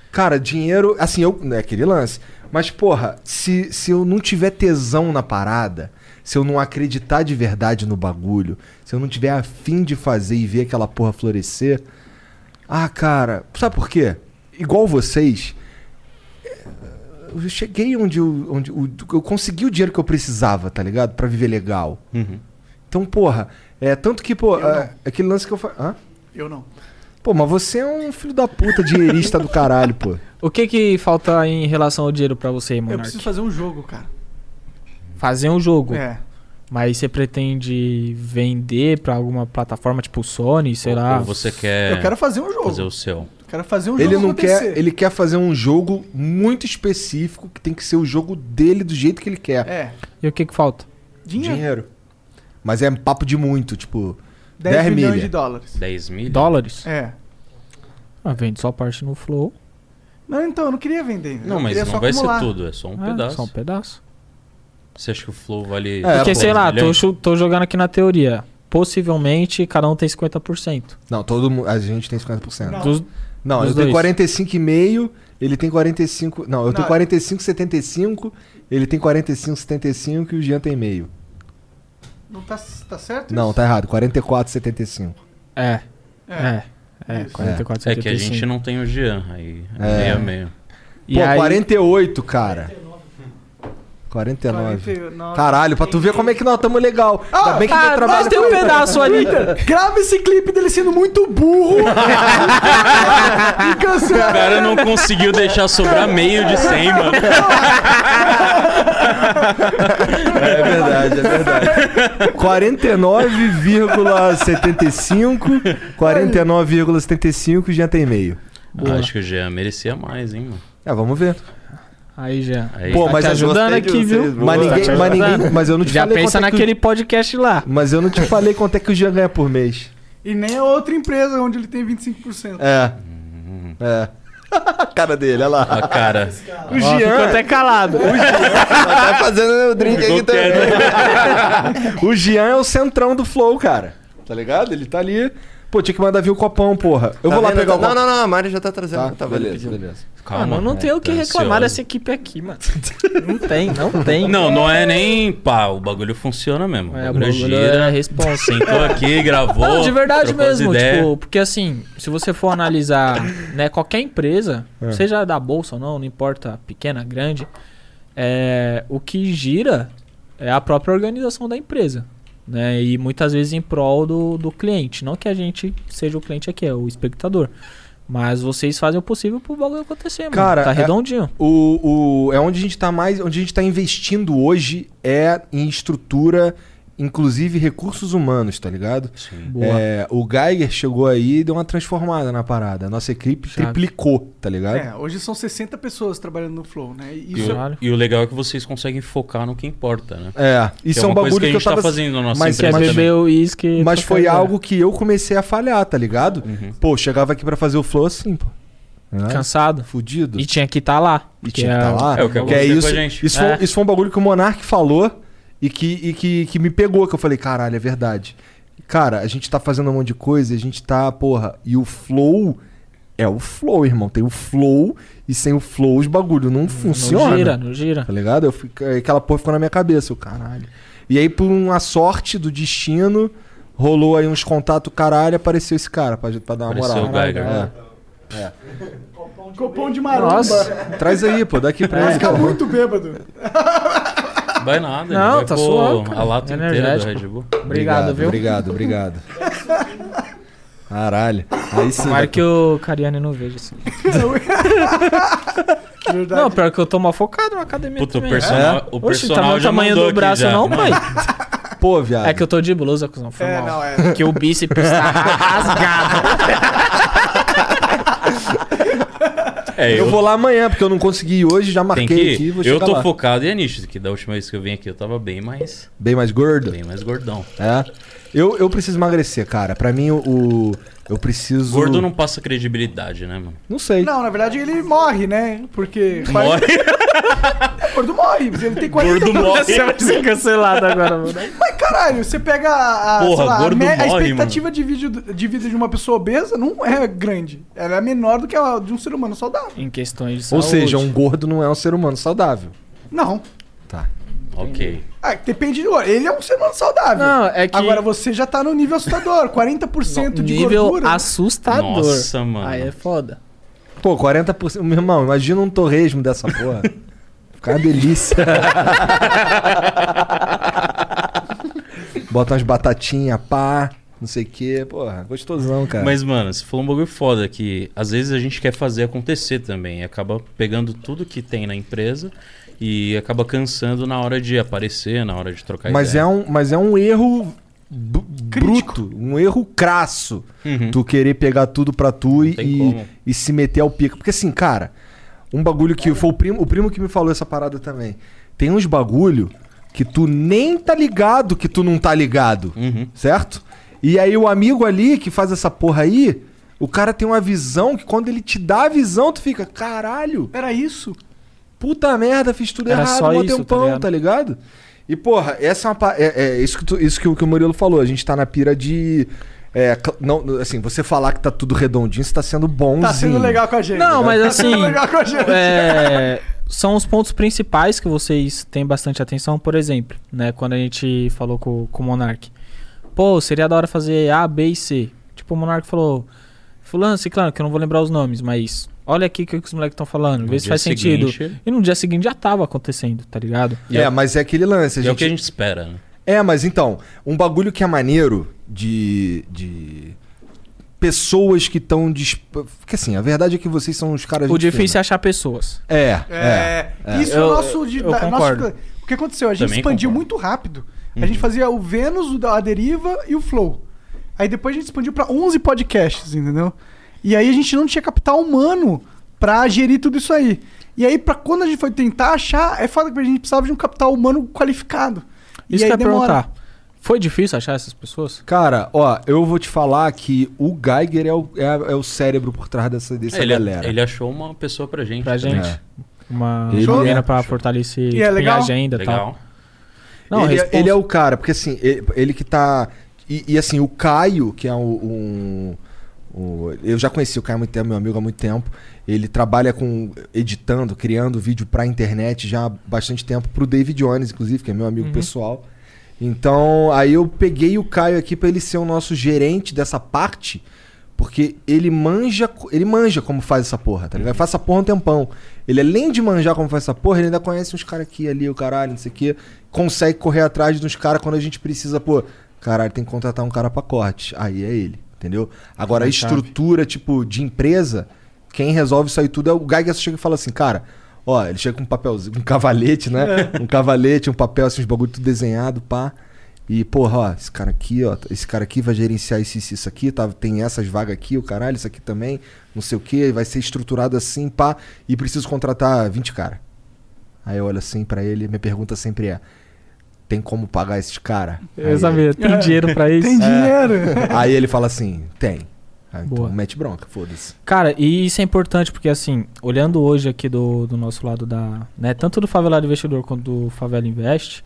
Cara, dinheiro... Assim, é aquele lance. Mas, porra, se eu não tiver tesão na parada, se eu não acreditar de verdade no bagulho, se eu não tiver afim de fazer e ver aquela porra florescer... Ah, cara... Sabe por quê? Igual vocês... Eu cheguei onde eu consegui o dinheiro que eu precisava, tá ligado? Pra viver legal. Então, porra... tanto que, pô... aquele lance que eu falei... Hã? Eu não. Pô, mas você é um filho da puta, dinheirista do caralho, pô. O que falta em relação ao dinheiro pra você, Monark? Eu preciso fazer um jogo, cara. Fazer um jogo? É. Mas você pretende vender pra alguma plataforma tipo Sony, sei lá? Ou você quer... Eu quero fazer um jogo. Fazer o seu. Eu quero fazer um Ele jogo não quer, ele quer fazer um jogo muito específico, que tem que ser o jogo dele do jeito que ele quer. É. E o que falta? Dinheiro. Mas é papo de muito, tipo... 10 milhões milha. de dólares. 10 mil? Dólares? É. Vende só parte no Flow. Não, então, eu não queria vender. Não, mas não vai ser tudo, é só um pedaço. Só um pedaço. Você acha que o Flow vale... Porque, sei lá, milhões? tô jogando aqui na teoria. Possivelmente, cada um tem 50%. Não, todo mundo... A gente tem 50%. Não. Não, Dos eu tenho dois. 45,5, ele tem 45... Não, eu tenho 45,75, ele tem 45,75 e o Jean tem meio. Não tá certo Não, isso? tá errado, 44,75. É, Isso. 44, É que a gente não tem o Jean, aí é meio a meio. E Pô, aí- 48, cara. 49. 49. Caralho, pra tu ver como é que nós estamos legal. Ainda bem que meu trabalho nós tem um pedaço ali. Grava esse clipe dele sendo muito burro. E O cancela. cara não conseguiu deixar sobrar meio de 100, mano. É verdade, é verdade. 49,75, 49,75 já tem meio. Acho que o Jean merecia mais, hein, mano. Vamos ver. Aí já. Aí, Pô, Tá mas te ajudando gostei de aqui, vocês, viu? boa. Mas eu não te Já falei pensa quanto é que naquele podcast lá. Mas eu não te falei quanto é que o Jean ganha por mês. E nem a outra empresa onde ele tem 25%. É. A cara dele, olha lá. a cara. O Ó, ficou Jean, até calado. Tá fazendo meu drink aqui também. o Jean é o centrão do Flow, cara. Tá ligado? Ele tá ali. Pô, tinha que mandar vir o copão, porra. Eu vou lá pegar o Não, copão. não, a Mari já tá trazendo. Tá, Tá, beleza, beleza. Calma. Mano, não tem o que tá reclamar ansioso. dessa equipe aqui, mano. Não tem. Não é nem pá, o bagulho funciona mesmo. É, o bagulho é gira. responsa. Sentou aqui, gravou. Não, de verdade trocou as mesmo, ideias. tipo, porque assim, se você for analisar, né, qualquer empresa, seja da bolsa ou não importa, pequena, grande, o que gira é a própria organização da empresa, né, e muitas vezes em prol do cliente, não que a gente seja o cliente aqui, é o espectador, mas vocês fazem o possível pro bagulho acontecer, mano, Cara, tá redondinho. É onde a gente tá mais. Onde a gente tá investindo hoje é em estrutura, inclusive recursos humanos, tá ligado? Sim. Boa. O Geiger chegou aí e deu uma transformada na parada. A nossa equipe triplicou, tá ligado? Hoje são 60 pessoas trabalhando no Flow, né? E E isso Caralho. o legal é que vocês conseguem focar no que importa, né? Isso Que é um uma coisa bagulho que que a eu gente tá tava fazendo na nossa mas- Quer empresa beber o uísque... Mas foi trocar ideia. algo que eu comecei a falhar, tá ligado? Pô, chegava aqui pra fazer o flow assim, pô. Né? Cansado. Fudido. E tinha que estar lá. E tinha que estar lá. É o que Que é aconteceu com isso. a gente. Isso foi um bagulho que o Monark falou e que me pegou, que eu falei, caralho, é verdade. Cara, a gente tá fazendo um monte de coisa e a gente tá, porra, e o flow é o flow, irmão. Tem o flow e sem o flow os bagulho não funciona. Não gira. Tá ligado? Aquela porra ficou na minha cabeça, o caralho. E aí, por uma sorte do destino, rolou aí uns contatos, caralho, apareceu esse cara pra dar uma Apareceu moral. o Geiger. Copão de maromba. Nossa. Traz aí, pô, daqui pra ele. Fica muito bêbado. Vai nada, Não, ele vai tá pôr suave, cara. a lata inteira do Energético. Red Bull. Obrigado, viu? Obrigado. Caralho. Aí sim. Tomara que o Cariani não veja assim. Verdade. Não, pior que eu tô mal focado na academia Puta, o também. personal, o Oxe, tá personal no já tamanho mandou do aqui braço já. não, pai. Pô, viado. É que eu tô de blusa, cuzão. Foi mal. não, é. Que o bíceps tá rasgado. Eu vou lá amanhã, porque eu não consegui ir hoje, já Tem marquei que aqui, vou eu chegar tô lá. focado e é nítido, que da última vez que eu vim aqui eu tava bem mais Bem mais gordo? gordão. É. Eu preciso emagrecer, cara. Pra mim, eu preciso... Gordo não passa credibilidade, né, mano? Não sei. Não, na verdade ele morre, né? Porque... Morre. Gordo morre. Ele tem 40 Gordo morre. Você vai ser cancelado agora, mano. Mas caralho, você pega Porra, sei lá, gordo a morre, expectativa de vida de uma pessoa obesa não é grande. Ela é menor do que a de um ser humano saudável. Em questões de Ou saúde. seja, um gordo não é um ser humano saudável. Não. Tá. Ok. Depende do... Ele é um ser humano saudável. Não, é que... Agora você já tá no nível assustador. 40% de nível gordura. assustador. Nossa, mano. Aí é foda. Pô, 40%... Meu irmão, imagina um torresmo dessa porra. Fica uma delícia. Bota umas batatinhas, pá, não sei o que. Porra, gostosão, cara. Mas, mano, você falou um bagulho foda que às vezes a gente quer fazer acontecer também. E acaba pegando tudo que tem na empresa e acaba cansando na hora de aparecer, na hora de trocar ideia. Mas é um erro bruto, um erro crasso. Tu querer pegar tudo pra tu e se meter ao pico. Porque assim, cara, um bagulho que foi o primo que me falou essa parada também. Tem uns bagulho que tu nem tá ligado que tu não tá ligado, certo? E aí o amigo ali que faz essa porra aí, o cara tem uma visão que quando ele te dá a visão, tu fica, caralho, Era isso. puta merda, fiz tudo Era errado só há um isso, tempão, tá ligado? E porra, essa é isso que o Murilo falou, a gente tá na pira de... não, assim, você falar que tá tudo redondinho, você tá sendo bonzinho. Tá sendo legal com a gente. Não, mas Tá assim... sendo legal com a gente. São os pontos principais que vocês têm bastante atenção, por exemplo, né? Quando a gente falou com o Monark. Pô, seria da hora fazer A, B e C. Tipo, o Monark falou... Fulano, ciclano, que eu não vou lembrar os nomes, mas... Olha aqui o que os moleques estão falando, vê se faz sentido. E no dia seguinte já tava acontecendo, tá ligado? Mas é aquele lance. É o que a gente espera, né? Mas então, um bagulho que é maneiro de pessoas que estão... Porque assim, a verdade é que vocês são os caras... O difícil é achar pessoas. Isso é o nosso... eu concordo. O que aconteceu? A gente Também expandiu concordo. muito rápido. A gente fazia o Vênus, a Deriva e o Flow. Aí depois a gente expandiu pra 11 podcasts, entendeu? E aí a gente não tinha capital humano pra gerir tudo isso aí. E aí, quando a gente foi tentar achar, é foda que a gente precisava de um capital humano qualificado. Isso e que aí eu ia perguntar. Foi difícil achar essas pessoas? Cara, ó, eu vou te falar que o Geiger é o cérebro por trás dessa galera. Ele achou uma pessoa pra gente. Pra também. gente. Uma Ele menina é. pra fortalecer E é legal? a agenda e tal. Legal. Não, Ele é o cara, porque assim, ele que tá... E assim, o Caio, que é eu já conheci o Caio há muito tempo, meu amigo há muito tempo. Ele trabalha editando, criando vídeo pra internet já há bastante tempo, pro David Jones, inclusive, que é meu amigo pessoal. Então, aí eu peguei o Caio aqui pra ele ser o nosso gerente dessa parte, porque ele manja como faz essa porra, tá ligado? Ele faz essa porra há um tempão. Ele, além de manjar como faz essa porra, ele ainda conhece uns caras aqui, ali, o caralho, não sei o quê. Consegue correr atrás dos caras quando a gente precisa, pô, caralho, tem que contratar um cara pra corte. Aí é ele, entendeu? Agora, a estrutura, tipo, de empresa, quem resolve isso aí tudo é o Geiger. Chega e fala assim, cara, ó, ele chega com um papelzinho, um cavalete, né? Um cavalete, um papel, assim, uns bagulho tudo desenhado, pá. E, porra, ó, esse cara aqui vai gerenciar isso aqui, tá? Tem essas vagas aqui, o caralho, isso aqui também, não sei o que, vai ser estruturado assim, pá, e preciso contratar 20 caras. Aí eu olho assim pra ele, minha pergunta sempre é, tem como pagar esses caras? Eu sabia, tem dinheiro pra isso? Tem dinheiro. Aí ele fala assim, tem. Aí, então Boa. mete bronca, foda-se. Cara, e isso é importante porque, assim, olhando hoje aqui do nosso lado né, tanto do Favelado Investidor quanto do Favela Invest,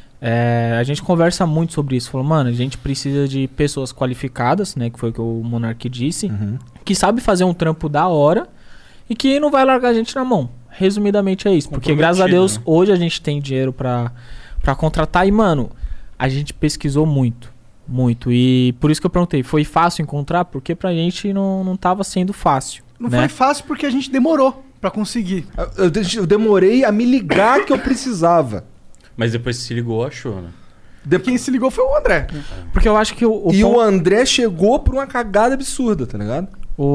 a gente conversa muito sobre isso. Falou, mano, a gente precisa de pessoas qualificadas, né, que foi o que o Monark disse, que sabe fazer um trampo da hora e que não vai largar a gente na mão. Resumidamente é isso. Porque, graças a Deus, né? hoje a gente tem dinheiro pra contratar e, mano, a gente pesquisou muito. Muito. E por isso que eu perguntei, foi fácil encontrar? Porque pra gente não tava sendo fácil. Não né? foi fácil porque a gente demorou pra conseguir. Eu demorei a me ligar que eu precisava. Mas depois se ligou, achou, né? Quem se ligou foi o André. Porque eu acho que o André chegou por uma cagada absurda, tá ligado?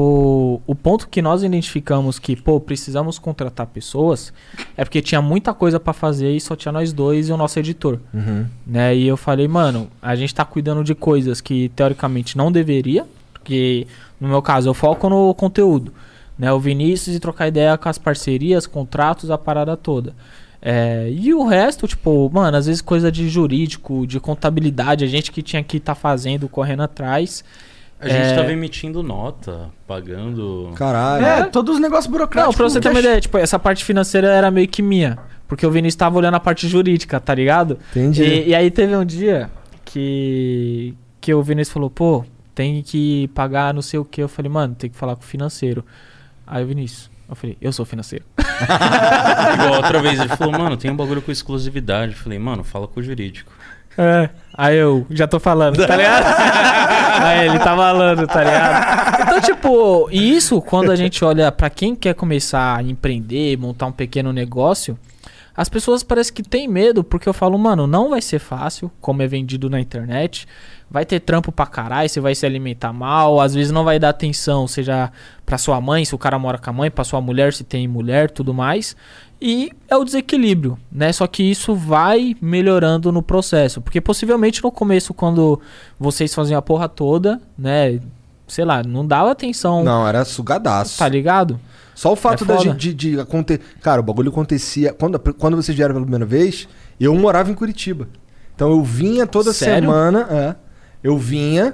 O ponto que nós identificamos que, pô, precisamos contratar pessoas é porque tinha muita coisa pra fazer e só tinha nós dois e o nosso editor. Né? E eu falei, mano, a gente tá cuidando de coisas que teoricamente não deveria, porque no meu caso eu foco no conteúdo, né? O Vinícius e trocar ideia com as parcerias, contratos, a parada toda. E o resto, tipo, mano, às vezes coisa de jurídico, de contabilidade, a gente que tinha que estar fazendo, correndo atrás. A gente tava emitindo nota, pagando... Caralho. Todos os negócios burocráticos. Não, pra você ter uma ideia, tipo, essa parte financeira era meio que minha. Porque o Vinícius tava olhando a parte jurídica, tá ligado? Entendi. E aí teve um dia que o Vinícius falou, pô, tem que pagar não sei o que. Eu falei, mano, tem que falar com o financeiro. Aí o Vinícius, eu falei, eu sou financeiro. Igual outra vez, ele falou, mano, tem um bagulho com exclusividade. Eu falei, mano, fala com o jurídico. Aí eu já tô falando, tá ligado? Aí ele tá falando, tá ligado? Então, tipo, e isso quando a gente olha pra quem quer começar a empreender, montar um pequeno negócio, as pessoas parecem que tem medo, porque eu falo, mano, não vai ser fácil, como é vendido na internet. Vai ter trampo pra caralho, você vai se alimentar mal, às vezes não vai dar atenção, seja pra sua mãe, se o cara mora com a mãe, pra sua mulher, se tem mulher, tudo mais. E é o desequilíbrio, né? Só que isso vai melhorando no processo. Porque possivelmente no começo, quando vocês faziam a porra toda, né? Sei lá, não dava atenção. Não, era sugadaço. Tá ligado? Só o fato foda. de acontecer... Cara, o bagulho acontecia... Quando vocês vieram pela primeira vez, eu morava em Curitiba. Então eu vinha toda semana... Eu vinha,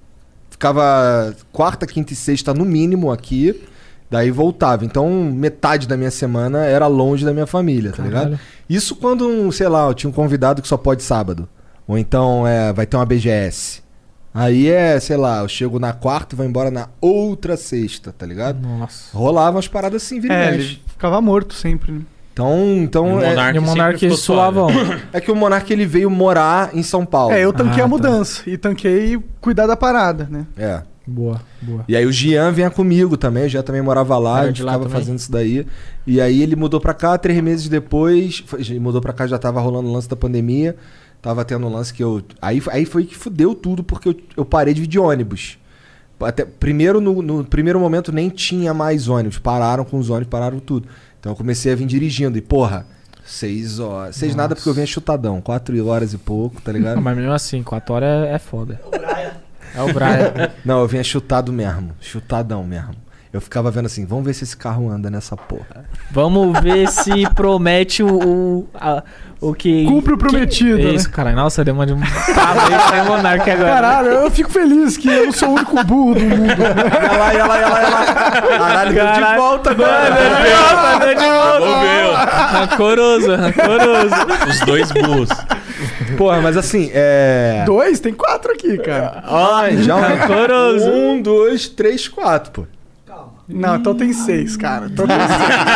ficava quarta, quinta e sexta no mínimo aqui, daí voltava. Então metade da minha semana era longe da minha família, tá ligado? Isso quando, sei lá, eu tinha um convidado que só pode sábado. Ou então vai ter uma BGS. Aí sei lá, eu chego na quarta e vou embora na outra sexta, tá ligado? Nossa. Rolava umas paradas assim, vira e mexe. Ele ficava morto sempre, né? Então E o Monark suavão. É que o Monark ele veio morar em São Paulo. Eu tanquei a mudança. E tanquei cuidar da parada, né? Boa. E aí o Jean vinha comigo também. O Jean também morava lá, a gente ficava fazendo isso daí. E aí ele mudou pra cá, 3 meses depois. Ele mudou pra cá, já tava rolando o lance da pandemia. Tava tendo um lance que eu... Aí foi que fudeu tudo, porque eu parei de vir de ônibus. Até, primeiro, no primeiro momento nem tinha mais ônibus. Pararam com os ônibus, pararam tudo. Então eu comecei a vir dirigindo. E porra, 6 horas. 6 nada porque eu vinha chutadão. 4 horas e pouco, tá ligado? Não, mas mesmo assim, 4 horas é foda. É o Brian. Não, eu vinha chutado mesmo. Chutadão mesmo. Eu ficava vendo assim, vamos ver se esse carro anda nessa porra. Vamos ver se promete o que... Cumpre o prometido, né? Isso, caralho. Nossa, deu uma de um palo aí pra Monark agora. Caralho, eu fico feliz que eu não sou o único burro do mundo. Olha lá. Caralho, deu de volta agora. Deu de volta. Rancoroso. Os 2 burros. Porra, mas assim, 2? Tem 4 aqui, cara. Ai, já rancoroso. 1, 2, 3, 4, pô. Não, então tem 6, cara. Então tem 6.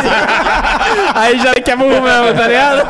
Aí já que é burro mesmo, tá ligado?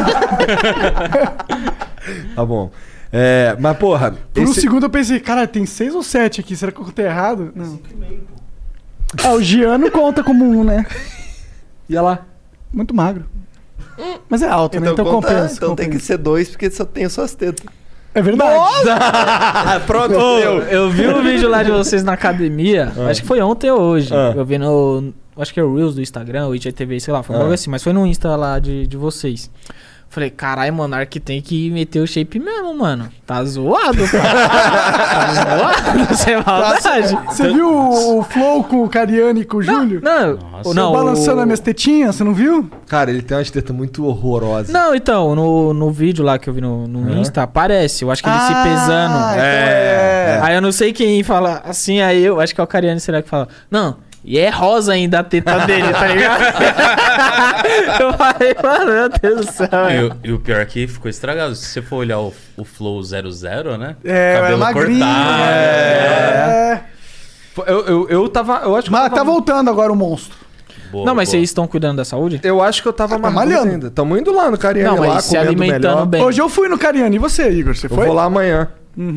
Tá bom. Mas porra... Por um segundo eu pensei, cara, tem 6 ou 7 aqui, será que eu contei errado? Não. 5,5, pô. O Gian não conta como 1, né? E olha lá. Muito magro. Mas é alto, né? Então compensa. Então tem que ser 2, porque só tem suas tetas. É verdade. Pronto, eu vi um vídeo lá de vocês na academia, acho que foi ontem ou hoje. Eu vi acho que é o Reels do Instagram, o IGTV, sei lá, foi algo assim, mas foi no Insta lá de vocês. Falei, caralho, Monark tem que meter o shape mesmo, mano. Tá zoado, cara. Tá zoado, sem maldade. Você viu o Flow com o Cariani e com o Júlio? Não, balançando as minhas tetinhas, você não viu? Cara, ele tem umas tetas muito horrorosas. Não, então, no vídeo lá que eu vi no Insta, aparece. Eu acho que ele se pesando. Então Aí eu não sei quem fala assim, aí eu acho que é o Cariani, será que fala? Não. E é rosa ainda a teta dele, tá ligado? Eu falei, mano, meu Deus do céu. E o pior é que ficou estragado. Se você for olhar o Flow 00, né? Cabelo magrinho. Eu tava... Eu acho que mas tá voltando agora o monstro. Boa, não, mas vocês estão cuidando da saúde? Eu acho que eu tava malhando ainda. Tamo indo lá no Cariani, não, mas lá, se alimentando bem. Hoje eu fui no Cariani. E você, Igor? Você foi? Eu vou lá amanhã.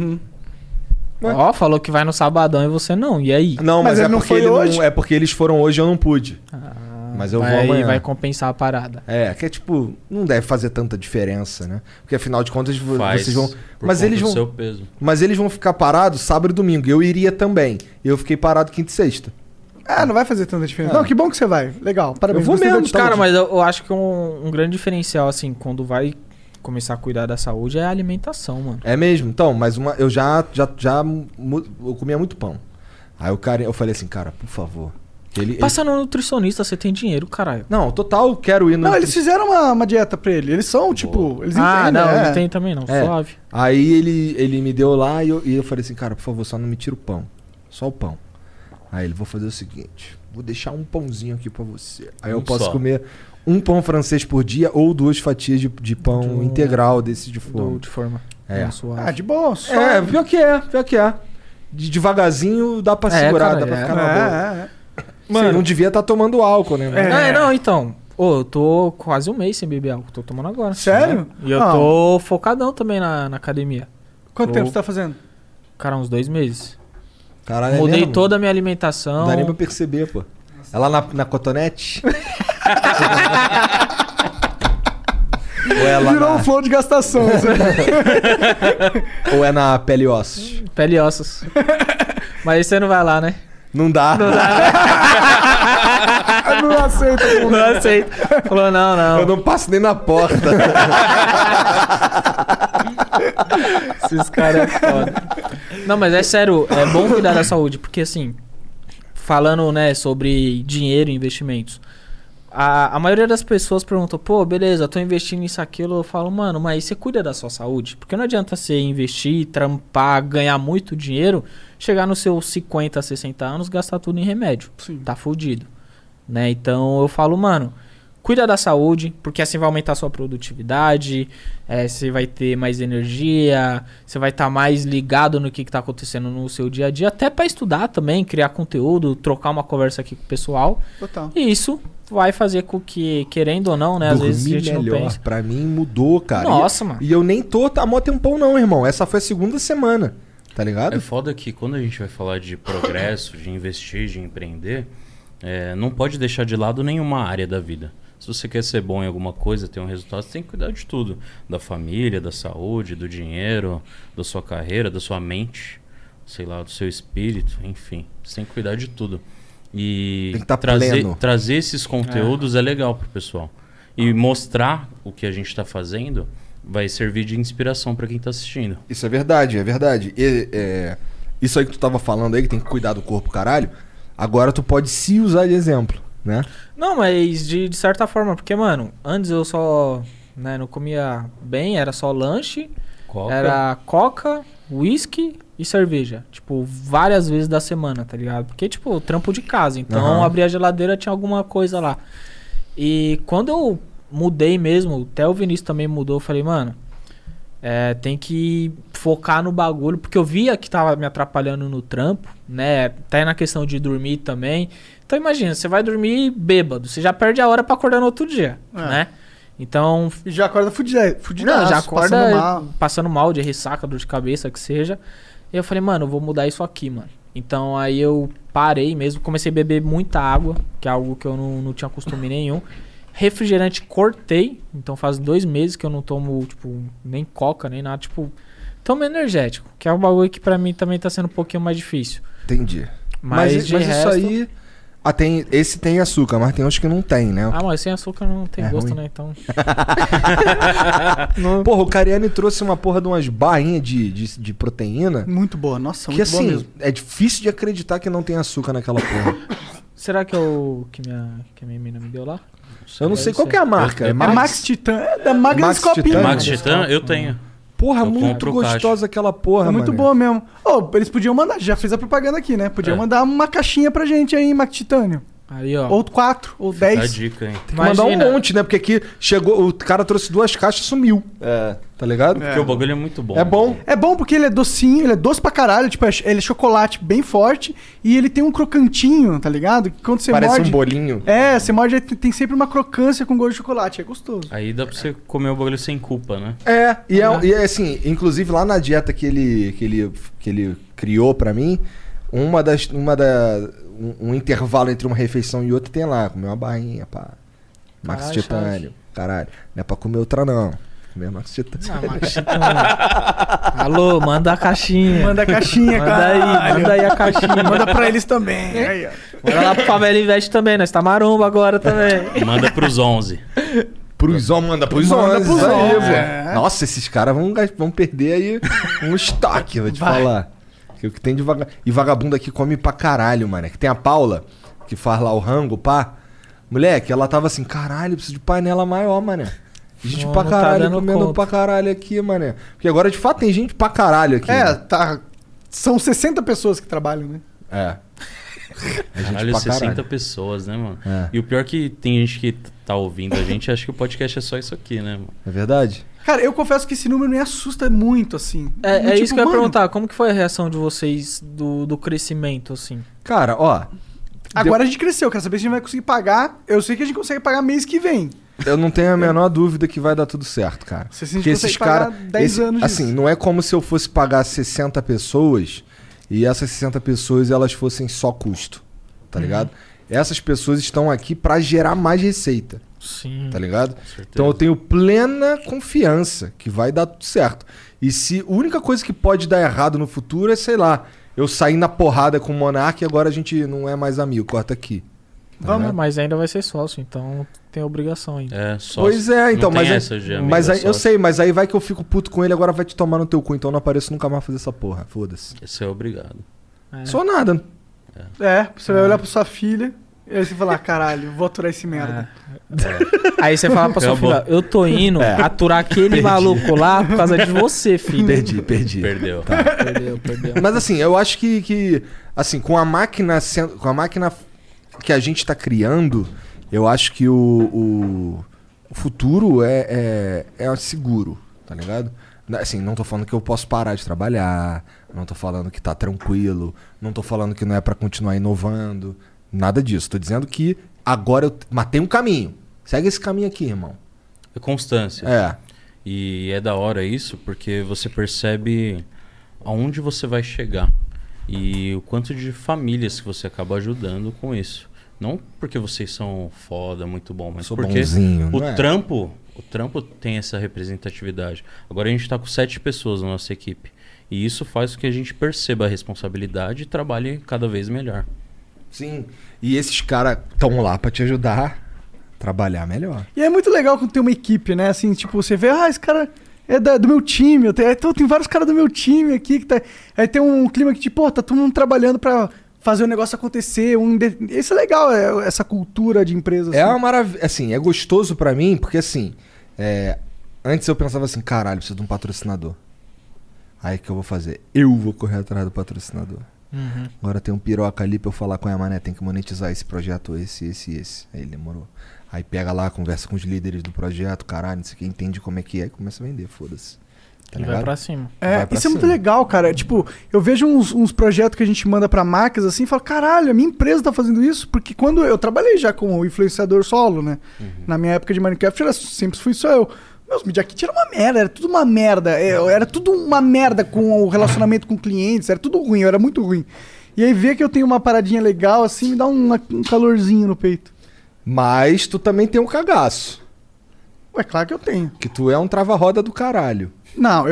Ó, falou que vai no sabadão e você não. E aí? Não, mas é porque ele não, é porque eles foram hoje e eu não pude. Mas eu vou amanhã. Vai compensar a parada. Que é tipo, não deve fazer tanta diferença, né? Porque afinal de contas vocês vão... Mas eles vão... Seu peso. Mas eles vão ficar parados sábado e domingo. Eu iria também. Eu fiquei parado quinta e sexta. Não vai fazer tanta diferença. Não, que bom que você vai. Legal, parabéns. Eu vou mesmo, cara, mas eu acho que um grande diferencial, assim, quando vai começar a cuidar da saúde é a alimentação, mano. É mesmo? Então, mas eu já eu comia muito pão. Aí eu falei assim, cara, por favor, Passa no nutricionista, você tem dinheiro, caralho. Não, total, quero ir no... Não, eles fizeram uma dieta pra ele. Eles são, tipo... Eles entendem, não, não tem também não, suave. Aí ele me deu lá e eu falei assim, cara, por favor, só não me tira o pão. Só o pão. Aí ele, vou fazer o seguinte, vou deixar um pãozinho aqui pra você. Aí eu posso comer um pão francês por dia ou 2 fatias de pão integral desse de forma. De forma. De boa, suave. Pior que é. Devagarzinho dá pra segurar, cara, dá pra ficar na boa. Mano, você não devia estar tomando álcool, né? Não, então. Eu tô quase um mês sem beber álcool. Tô tomando agora. Sério? E eu tô focadão também na academia. Quanto tempo você tá fazendo? Cara, uns 2 meses. Caralho, mudei toda a minha alimentação. Não dá nem pra perceber, pô. É lá na cotonete? Ou é lá Virou um flow de gastação. Ou é na pele e ossos? Pele e ossos. Mas você não vai lá, né? Não dá. Não aceita. Não aceita. Falou, não. Eu não passo nem na porta. Esses caras é foda. Não, mas é sério, é bom cuidar da saúde, porque assim, falando, né, sobre dinheiro e investimentos, a maioria das pessoas perguntam, pô, beleza, eu tô investindo nisso, aquilo, eu falo, mano, mas você cuida da sua saúde? Porque não adianta você investir, trampar, ganhar muito dinheiro, chegar nos seus 50, 60 anos, gastar tudo em remédio. Sim. Tá fudido, né? Então eu falo, mano, cuida da saúde, porque assim vai aumentar a sua produtividade, você vai ter mais energia, você vai estar mais ligado no que tá acontecendo no seu dia a dia, até pra estudar também, criar conteúdo, trocar uma conversa aqui com o pessoal. Total. E isso vai fazer com que, querendo ou não, né, às vezes a gente não pensa. Pra mim mudou, cara. Nossa, mano. E eu nem tô há mó tempão não, irmão. Essa foi a 2ª semana, tá ligado? É foda que quando a gente vai falar de progresso, de investir, de empreender, não pode deixar de lado nenhuma área da vida. Se você quer ser bom em alguma coisa, ter um resultado, você tem que cuidar de tudo. Da família, da saúde, do dinheiro, da sua carreira, da sua mente, sei lá, do seu espírito, enfim. Você tem que cuidar de tudo. E tem que tá trazer esses conteúdos é legal pro pessoal. E mostrar o que a gente tá fazendo vai servir de inspiração para quem tá assistindo. Isso é verdade, é verdade. Isso aí que tu tava falando aí, que tem que cuidar do corpo, caralho. Agora tu pode se usar de exemplo, né? Não, mas de certa forma, porque, mano, antes eu só, né, não comia bem, era só lanche, era coca, whisky e cerveja. Tipo, várias vezes da semana, tá ligado? Porque, tipo, trampo de casa. Então, abria a geladeira, tinha alguma coisa lá. E quando eu mudei mesmo, até o Vinícius também mudou, eu falei, mano, tem que focar no bagulho, porque eu via que tava me atrapalhando no trampo, né? Até na questão de dormir também. Então imagina, você vai dormir bêbado, você já perde a hora pra acordar no outro dia, né? Então... E já acorda fudidaço, não, já acorda passando mal de ressaca, dor de cabeça, que seja. E eu falei, mano, eu vou mudar isso aqui, mano. Então aí eu parei mesmo, comecei a beber muita água, que é algo que eu não tinha costume nenhum. Refrigerante cortei, então faz 2 meses que eu não tomo, tipo, nem coca, nem nada, tipo, tomo energético, que é um bagulho que pra mim também tá sendo um pouquinho mais difícil. Entendi. Mas isso aí... esse tem açúcar, mas tem outros que não tem, né? Mas sem açúcar não tem gosto, ruim, né? Então... Porra, o Cariani trouxe uma porra de umas barrinhas de proteína. Muito boa, nossa, muito boa assim, mesmo. É difícil de acreditar que não tem açúcar naquela porra. Será que que minha mina me deu lá? Eu não sei qual que é a marca. É Max Titan, é da Magnascopy. Max Titan, eu tenho. Porra, muito gostosa aquela porra, mano. É muito boa mesmo. Eles podiam mandar, já fez a propaganda aqui, né? Podiam mandar uma caixinha pra gente aí, Max Titânio. Aí, ó. Ou 4, ou 10. Fica a dica, hein? Tem que mandar um monte, né? Porque aqui chegou, o cara trouxe 2 caixas e sumiu. Tá ligado? Porque o bagulho é muito bom. É bom. É bom porque ele é docinho, ele é doce pra caralho. Tipo, ele é chocolate bem forte. E ele tem um crocantinho, tá ligado? Que quando você parece morde... um bolinho. Você morde, tem sempre uma crocância com gosto de chocolate. É gostoso. Aí dá pra você comer o bagulho sem culpa, né? E é assim, inclusive lá na dieta que ele criou pra mim, um intervalo entre uma refeição e outra tem lá, comer uma barrinha, pá. Max Titânio, caralho. Não é pra comer outra não. Comer Max Titânio. Max Titânio. Alô, manda a caixinha. Manda a caixinha, cara. Manda aí a caixinha. Manda pra eles também. Aí, ó. Manda lá pro Favela Invest também, nós tá maromba agora também. Manda pros 11. Manda pros 11. Nossa, esses caras vão perder aí um estoque, vou te falar. O que tem de vagabundo aqui come pra caralho, mano. Que tem a Paula, que faz lá o rango, pá. Moleque, ela tava assim, caralho, eu preciso de panela maior, mané. Gente pra caralho, comendo pra caralho aqui, mané. Porque agora, de fato, tem gente pra caralho aqui. Tá. São 60 pessoas que trabalham, né? É. Caralho, 60 pessoas, né, mano? E o pior é que tem gente que tá ouvindo a gente, acha que o podcast é só isso aqui, né, mano? É verdade? Cara, eu confesso que esse número me assusta muito, assim. É isso que eu ia perguntar. Como que foi a reação de vocês do crescimento, assim? Cara, ó... Agora a gente cresceu, quero saber se a gente vai conseguir pagar. Eu sei que a gente consegue pagar mês que vem. Eu não tenho a menor dúvida que vai dar tudo certo, cara. Se a gente consegue pagar 10 anos disso. Assim, não é como se eu fosse pagar 60 pessoas e essas 60 pessoas elas fossem só custo, tá ligado? Essas pessoas estão aqui pra gerar mais receita. Sim. Tá ligado? Então eu tenho plena confiança que vai dar tudo certo. E se a única coisa que pode dar errado no futuro é, sei lá, eu sair na porrada com o Monark e agora a gente não é mais amigo, corta aqui. Tá Vamos, mas ainda vai ser sócio, então tem obrigação ainda. É, sócio. Pois é, então, não mas aí, eu sei, mas aí vai que eu fico puto com ele, agora vai te tomar no teu cu, então eu não apareço nunca mais fazer essa porra, foda-se. Esse é obrigado. Sou nada. Você vai olhar pra sua filha e aí você vai falar, caralho, vou aturar esse merda. Aí você fala pra sua filha, eu tô indo aturar aquele maluco lá por causa de você, filho. Perdi. Perdeu. Tá. Perdeu. Mas assim, eu acho que assim, com a máquina que a gente tá criando, eu acho que o futuro é seguro, tá ligado? Assim, não tô falando que eu posso parar de trabalhar, não tô falando que tá tranquilo, não tô falando que não é pra continuar inovando, nada disso. Tô dizendo que agora eu matei um caminho. Segue esse caminho aqui, irmão. É constância. É. E é da hora isso, porque você percebe aonde você vai chegar e o quanto de famílias que você acaba ajudando com isso. Não porque vocês são foda, muito bom, mas porque bonzinho, o trampo tem essa representatividade. Agora a gente tá com 7 pessoas na nossa equipe. E isso faz com que a gente perceba a responsabilidade e trabalhe cada vez melhor. Sim. E esses caras estão lá pra te ajudar a trabalhar melhor. E é muito legal quando tem uma equipe, né? Assim, tipo, você vê, esse cara é do meu time. Tem vários caras do meu time aqui que tá. Aí tem um clima que, tipo, tá todo mundo trabalhando pra fazer o negócio acontecer. Isso é legal, essa cultura de empresa. É uma maravilha. Assim, é gostoso pra mim, porque assim. Antes eu pensava assim, caralho, preciso de um patrocinador. Aí o que eu vou fazer? Eu vou correr atrás do patrocinador. Agora tem um piroca ali pra eu falar com a mané, tem que monetizar esse projeto, esse. Aí ele demorou. Aí pega lá, conversa com os líderes do projeto, caralho, não sei o que, entende como é que é e começa a vender, foda-se. Tá e vai pra cima. Isso é muito legal, cara. Tipo, eu vejo uns projetos que a gente manda pra marcas assim e falo, caralho, a minha empresa tá fazendo isso, porque quando eu trabalhei já como influenciador solo, né? Na minha época de Minecraft, sempre fui só eu. Meus Media Kit era uma merda, era tudo uma merda. Era tudo uma merda com o relacionamento com clientes, era tudo ruim, eu era muito ruim. E aí ver que eu tenho uma paradinha legal assim, me dá um calorzinho no peito. Mas tu também tem um cagaço. Ué, claro que eu tenho. Que tu é um trava-roda do caralho. Não,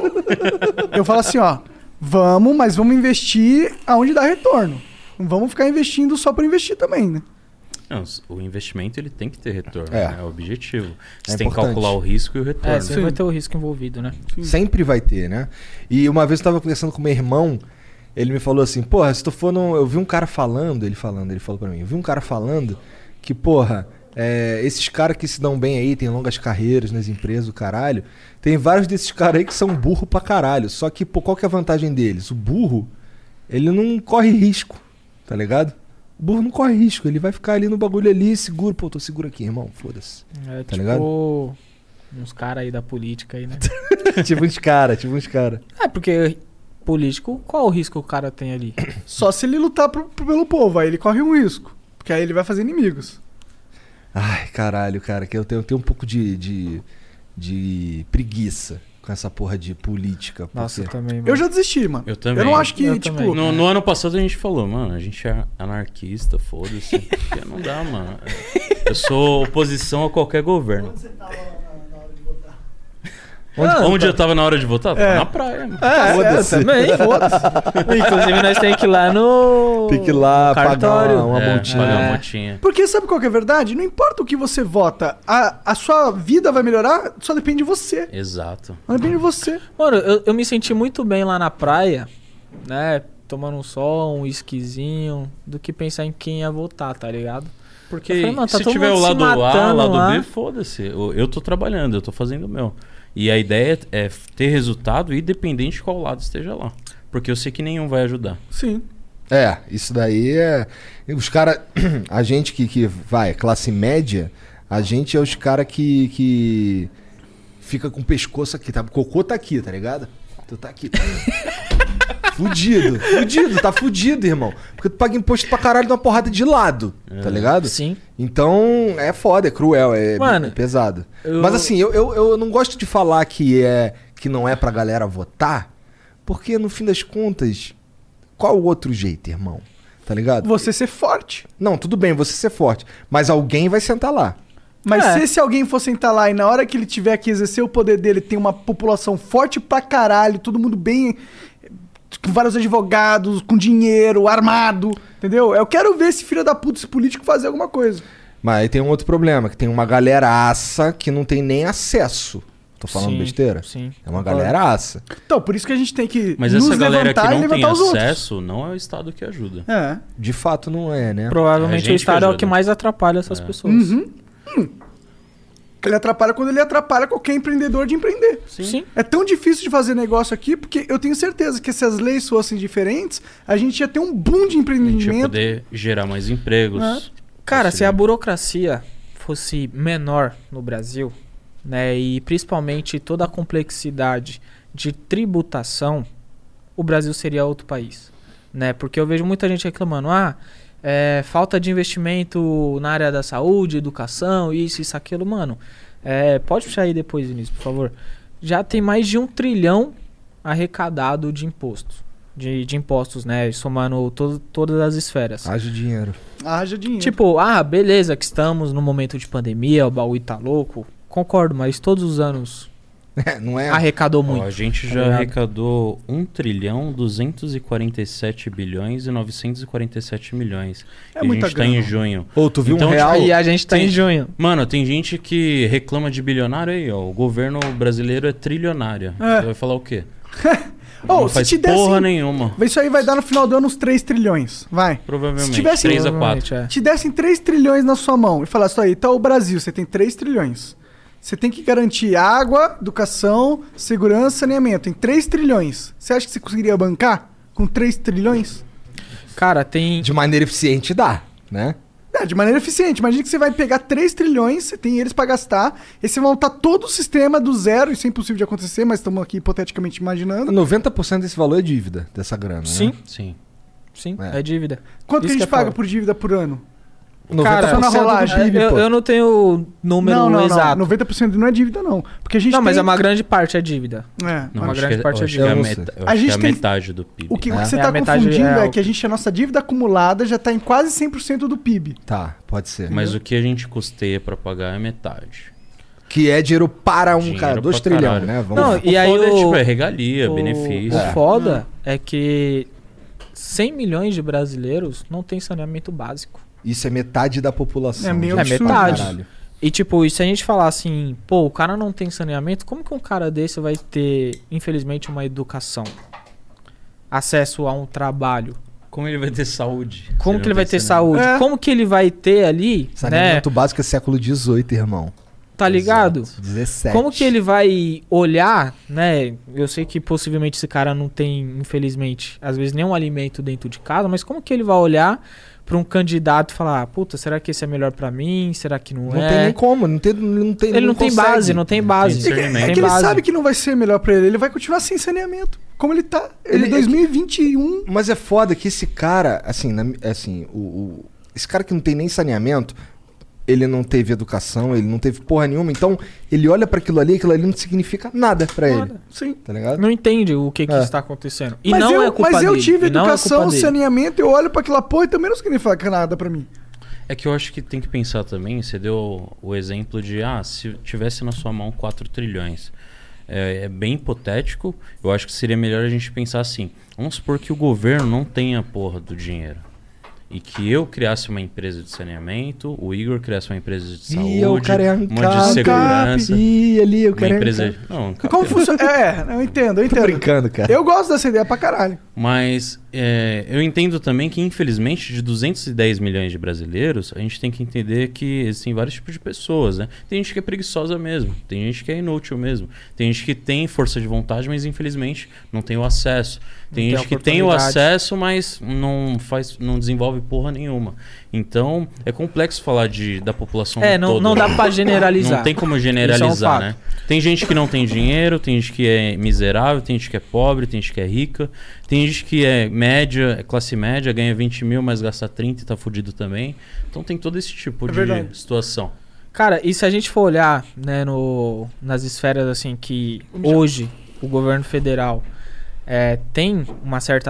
eu falo assim, ó, mas vamos investir aonde dá retorno. Não vamos ficar investindo só por investir também, né? Não, o investimento ele tem que ter retorno, É. É o objetivo. Você É tem que importante. calcular o risco e o retorno. Sempre vai ter o risco envolvido, né? Sempre vai ter, né? E uma vez eu tava conversando com meu irmão, ele me falou assim, porra, se tu for eu vi um cara falando, ele falou pra mim, eu vi um cara falando que, porra, esses caras que se dão bem aí, tem longas carreiras nas empresas, o caralho, tem vários desses caras aí que são burro pra caralho. Só que, pô, qual que é a vantagem deles? O burro, ele não corre risco, tá ligado? O burro não corre risco, ele vai ficar ali no bagulho ali, seguro. Pô, tô seguro aqui, irmão, foda-se. É Tá tipo ligado? uns caras aí da política aí, né? tipo uns cara. Porque político, qual o risco que o cara tem ali? Só se ele lutar pelo povo, aí ele corre um risco. Porque aí ele vai fazer inimigos. Ai, caralho, cara, que eu tenho um pouco de preguiça com essa porra de política. Nossa, eu também, mano. Eu já desisti, mano. Eu também. Eu não acho que, Eu tipo... também. No ano passado a gente falou, mano, a gente é anarquista, foda-se. Porque não dá, mano. Eu sou oposição a qualquer governo. Onde você tava na hora de votar? Onde eu tava na hora de votar? Tava na praia, mano. Foda-se. Também, inclusive nós temos que ir lá no... Tem que ir lá cartório. pagar uma multinha. Pagar uma multinha. Porque sabe qual que é a verdade? Não importa o que você vota, a sua vida vai melhorar, só depende de você. Exato. Só depende de você. Mano, eu me senti muito bem lá na praia, né? tomando um sol, um whiskyzinho, do que pensar em quem ia votar, tá ligado? Porque Eu falei, mano, tá se todo tiver o mundo se lado A, o matando lado lá. B, foda-se. Eu tô trabalhando, eu tô fazendo o meu. E a ideia é ter resultado independente de qual lado esteja lá. Porque eu sei que nenhum vai ajudar. Sim. Isso daí é... Os caras... A gente que vai, classe média, a gente é os caras que fica com o pescoço aqui, tá? O cocô tá aqui, tá ligado? Tu tá aqui, tá fudido, tá fudido, irmão. Porque tu paga imposto pra caralho de uma porrada de lado, tá ligado? Sim. Então, é foda, é cruel, é pesado. Mas assim, eu não gosto de falar que não é pra galera votar, porque no fim das contas, qual o outro jeito, irmão? Tá ligado? Você ser forte. Não, tudo bem, você ser forte, mas alguém vai sentar lá. Mas se esse alguém for sentar lá e na hora que ele tiver que exercer o poder dele, tem uma população forte pra caralho, todo mundo bem, com vários advogados, com dinheiro, armado, entendeu? Eu quero ver esse filho da puta, esse político fazer alguma coisa. Mas aí tem um outro problema, que tem uma galeraça que não tem nem acesso. Tô falando besteira? Sim. É uma galeraça. Então, por isso que a gente tem que Mas nos essa galera que levantar e não tem levantar os acesso, não é o Estado que ajuda. outros. É. De fato não é, né? Provavelmente É a o gente Estado que é o ajuda. que mais atrapalha essas pessoas. Ele atrapalha quando ele atrapalha qualquer empreendedor de empreender. Sim. É tão difícil de fazer negócio aqui, porque eu tenho certeza que se as leis fossem diferentes, a gente ia ter um boom de A gente ia empreendimento. poder gerar mais empregos. Cara, se a burocracia fosse menor no Brasil, né, e principalmente toda a complexidade de tributação, o Brasil seria outro país, né? Porque eu vejo muita gente reclamando, falta de investimento na área da saúde, educação, isso, aquilo, mano. Pode puxar aí depois, Vinícius, por favor. Já tem mais de 1 trilhão arrecadado de impostos. De impostos, né? Somando todas as esferas. Haja dinheiro. Haja dinheiro. Tipo, beleza que estamos num momento de pandemia, o baú tá louco. Concordo, mas todos os anos Não é? arrecadou muito. A gente já arrecadou 1.247.947 milhões. É E a muita gente tá grana. em junho. Ô, tu viu Então, um real? E a gente tá em junho. Mano, tem gente que reclama de bilionário aí, ó. O governo brasileiro é trilionário. É. Você vai falar o quê? Se Não faz te porra dessem, nenhuma. isso aí vai dar no final do ano uns 3 trilhões. Vai. Provavelmente. Se tivesse 3 a 4. Provavelmente, Te dessem 3 trilhões na sua mão e falasse, aí, tá o Brasil, você tem 3 trilhões. Você tem que garantir água, educação, segurança, saneamento. Tem 3 trilhões. Você acha que você conseguiria bancar com 3 trilhões? Cara, tem... De maneira eficiente dá, né? De maneira eficiente. Imagina que você vai pegar 3 trilhões, você tem eles pra gastar, e você vai montar todo o sistema do zero. Isso é impossível de acontecer, mas estamos aqui hipoteticamente imaginando. 90% desse valor é dívida, dessa grana, Sim, né? Sim. sim, É. é dívida. Quanto que Isso a gente que é paga foda. por dívida por ano? 90% Cara, só na rolagem. do PIB, pô. Eu não tenho o número exato. 90% não é dívida, não. Porque a gente Não, mas tem... é uma grande parte é dívida. Não, Uma acho grande que, parte eu é acho que é a, dívida. eu A acho gente que é a tem- metade do PIB. O que É. você É, tá a metade confundindo é é que a nossa dívida acumulada já tá em quase 100% do PIB. Tá, pode ser. Mas o que a gente custeia pra pagar é metade. Que é dinheiro para um Dinheiro cara, 2 pra trilhões, caralho. né? Vamos Não, lá. e aí foda é, o- tipo, é regalia, benefício. O foda é que 100 milhões de brasileiros não tem saneamento básico. Isso é metade da população. É meio gente, absurdo. pra metade. caralho. E tipo, e se a gente falar assim, pô, o cara não tem saneamento, como que um cara desse vai ter, infelizmente, uma educação? Acesso a um trabalho? Como ele vai ter saúde? Como Se que ele vai ter saúde? saúde? É. Como que ele vai ter ali, né? Saneamento básico é século XVIII, irmão. Tá ligado? 17. Como que ele vai olhar, né? Eu sei que possivelmente esse cara não tem, infelizmente, às vezes nenhum alimento dentro de casa, mas como que ele vai olhar pra um candidato e falar, puta, será que esse é melhor pra mim? Será que não, Não é? tem nem como, não tem Ele não tem consegue. base, não tem base. Tem É discernimento. que Tem ele base. sabe que não vai ser melhor pra ele. Ele vai continuar sem saneamento. Como ele tá. Ele Ele- é 2021. Mas é foda que esse cara, assim, esse cara que não tem nem saneamento, ele não teve educação, ele não teve porra nenhuma, então ele olha pra aquilo ali não significa nada pra ele, Sim. tá ligado? Não entende o que É. está acontecendo. E Mas não eu, é culpa mas eu dele. tive E não é educação, culpa dele. saneamento, eu olho pra aquela porra e também não significa nada pra mim. É que eu acho que tem que pensar também, você deu o exemplo de, se tivesse na sua mão 4 trilhões. É bem hipotético, eu acho que seria melhor a gente pensar assim, vamos supor que o governo não tenha a porra do dinheiro. E que eu criasse uma empresa de saneamento, o Igor criasse uma empresa de saúde, o cara é uma ANCAP. de segurança, Ih, ali, o uma cara empresa... é ANCAP. Não, Como funciona? Eu entendo. Tô brincando, cara. Eu gosto dessa ideia pra caralho. Mas eu entendo também que, infelizmente, de 210 milhões de brasileiros, a gente tem que entender que existem vários tipos de pessoas, né? Tem gente que é preguiçosa mesmo, tem gente que é inútil mesmo, tem gente que tem força de vontade, mas infelizmente não tem o acesso. Tem gente que tem o acesso, mas não desenvolve porra nenhuma. Então, é complexo falar da população toda. Não dá pra generalizar. Não tem como generalizar, né? Tem gente que não tem dinheiro, tem gente que é miserável, tem gente que é pobre, tem gente que é rica, tem gente que é média, é classe média, ganha 20 mil, mas gasta 30 e tá fudido também. Então tem todo esse tipo de situação. Cara, e se a gente for olhar, né, nas esferas assim que hoje o governo federal tem uma certa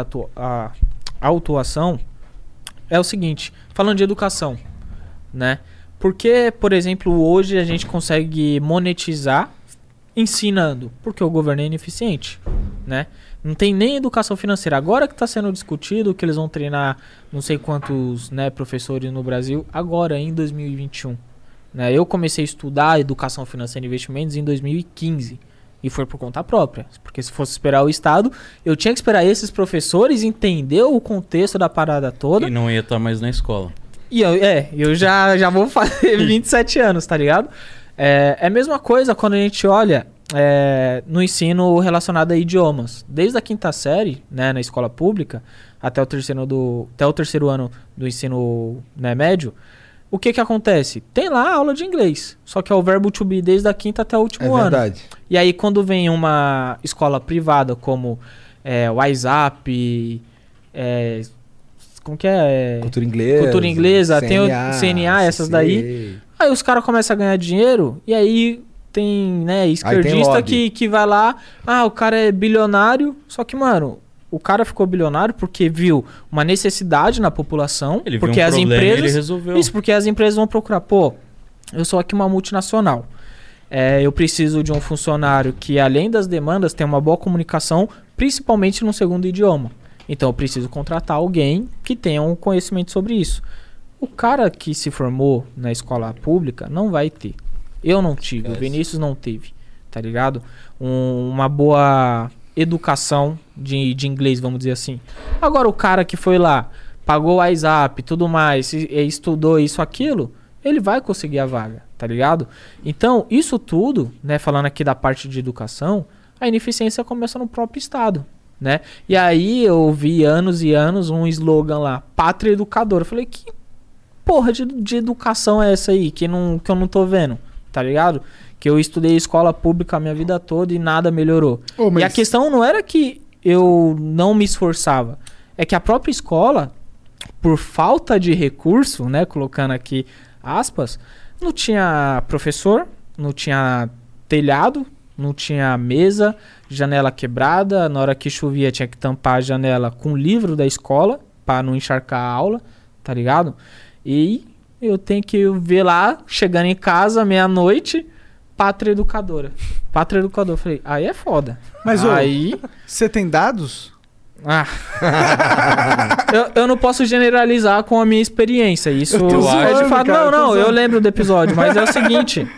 atuação, é o seguinte, falando de educação, né? Porque, por exemplo, hoje a gente consegue monetizar ensinando, porque o governo é ineficiente, né? Não tem nem educação financeira. Agora que está sendo discutido que eles vão treinar não sei quantos, né, professores no Brasil, agora em 2021. Né? Eu comecei a estudar educação financeira e investimentos em 2015. E foi por conta própria. Porque se fosse esperar o Estado, eu tinha que esperar esses professores entender o contexto da parada toda. E não ia estar mais na escola. E eu já vou fazer 27 anos, tá ligado? É a mesma coisa quando a gente olha no ensino relacionado a idiomas. Desde a 5ª série, né, na escola pública, até o terceiro ano do ensino, né, médio, o que acontece? Tem lá a aula de inglês, só que é o verbo to be desde a 5ª até o último ano. É verdade. E aí quando vem uma escola privada como o WhatsApp, como que é? Cultura inglesa. Cultura inglesa, tem o CNA, essas daí. Aí os caras começam a ganhar dinheiro e aí tem, né, esquerdista que vai lá, o cara é bilionário, só que, mano, o cara ficou bilionário porque viu uma necessidade na população, ele porque viu um as problema, empresas, ele resolveu. Isso, porque as empresas vão procurar, eu sou aqui uma multinacional. Eu preciso de um funcionário que, além das demandas, tenha uma boa comunicação, principalmente no segundo idioma. Então, eu preciso contratar alguém que tenha um conhecimento sobre isso. O cara que se formou na escola pública não vai ter. Eu não tive, o Vinícius não teve, tá ligado? Uma boa educação de inglês, vamos dizer assim. Agora, o cara que foi lá, pagou o WhatsApp, tudo mais, estudou isso, aquilo, ele vai conseguir a vaga, tá ligado? Então, isso tudo, né, falando aqui da parte de educação, a ineficiência começa no próprio Estado, né? E aí eu vi anos e anos um slogan lá, Pátria Educadora. Eu falei, que porra de educação é essa aí que eu não tô vendo, tá ligado? Que eu estudei escola pública a minha vida toda e nada melhorou. E a questão não era que eu não me esforçava, é que a própria escola, por falta de recurso, né, colocando aqui aspas, não tinha professor, não tinha telhado, não tinha mesa, janela quebrada, na hora que chovia tinha que tampar a janela com o livro da escola para não encharcar a aula, tá ligado? E eu tenho que ver lá, chegando em casa, meia-noite, Pátria Educadora. Pátria Educadora. Eu falei, aí é foda. Mas aí você tem dados? Eu não posso generalizar com a minha experiência. Isso é de fato. Cara, não, eu lembro do episódio, mas é o seguinte.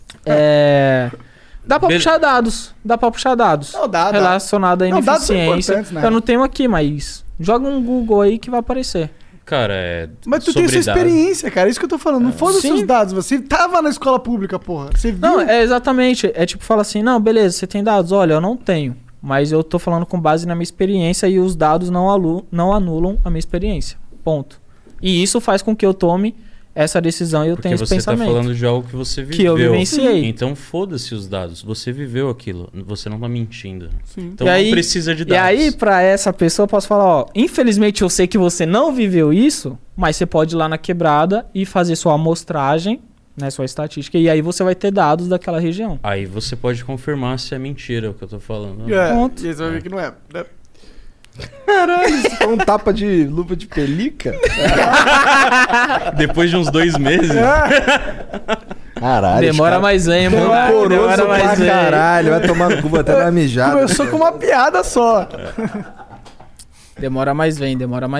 Dá pra puxar dados. Dá pra puxar dados. Relacionado à ineficiência. Né? Eu não tenho aqui, mas joga um Google aí que vai aparecer. Cara, mas tu tem essa experiência, cara. Isso que eu tô falando. Não foram os seus dados. Você tava na escola pública, porra. Você viu? Não, exatamente. É tipo, fala assim, não, beleza, você tem dados? Olha, eu não tenho. Mas eu tô falando com base na minha experiência e os dados não anulam a minha experiência. Ponto. E isso faz com que eu tome essa decisão e eu tenho esse pensamento. Porque você tá falando de algo que você viveu. Que eu vivenciei. Então foda-se os dados. Você viveu aquilo. Você não tá mentindo. Sim. Então não precisa de dados. E aí, pra essa pessoa, eu posso falar, infelizmente eu sei que você não viveu isso, mas você pode ir lá na quebrada e fazer sua amostragem, né, sua estatística, e aí você vai ter dados daquela região. Aí você pode confirmar se é mentira o que eu tô falando. Ponto. E aí você vai ver que não é. Caralho, isso foi um tapa de luva de pelica? Depois de uns 2 meses. Caralho. Demora mais vem, mano. Demora mais vem. Caralho, vai tomar no cu até na mijada. Começou com uma piada só. Demora mais vem.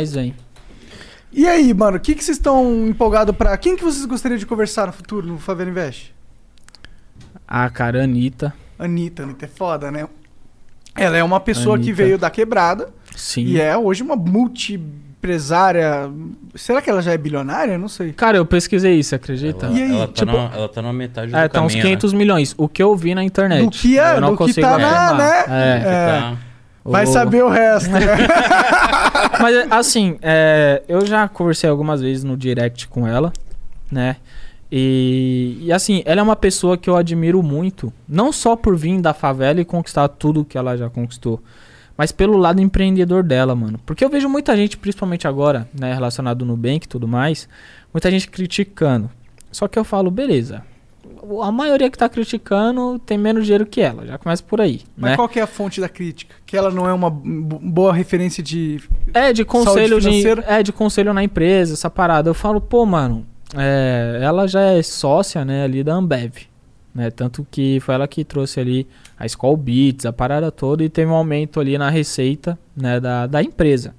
E aí, mano, o que vocês estão empolgados pra... Quem que vocês gostariam de conversar no futuro, no Favela Invest? Cara, Anitta é foda, né? Ela é uma pessoa que veio da quebrada. Sim. E é hoje uma multi-empresária. Será que ela já é bilionária? Não sei. Cara, eu pesquisei isso, acredita? E aí? Ela tá na metade do caminho, tá uns 500 milhões. O que eu vi na internet. Do que é, eu não do que consigo tá afirmar. né? Vai saber o resto. Mas, assim, eu já conversei algumas vezes no direct com ela, né? E assim, ela é uma pessoa que eu admiro muito. Não só por vir da favela e conquistar tudo que ela já conquistou, mas pelo lado empreendedor dela, mano. Porque eu vejo muita gente, principalmente agora, né, relacionado no Nubank e tudo mais, muita gente criticando. Só que eu falo, beleza, a maioria que tá criticando tem menos dinheiro que ela, já começa por aí. Mas né? qual que é a fonte da crítica? Que ela não é uma boa referência de de conselho de conselho na empresa, essa parada. Eu falo, pô, mano, ela já é sócia, né, ali da Ambev, né? Tanto que foi ela que trouxe ali a Skol Beats, a parada toda, e teve um aumento ali na receita, né, da empresa.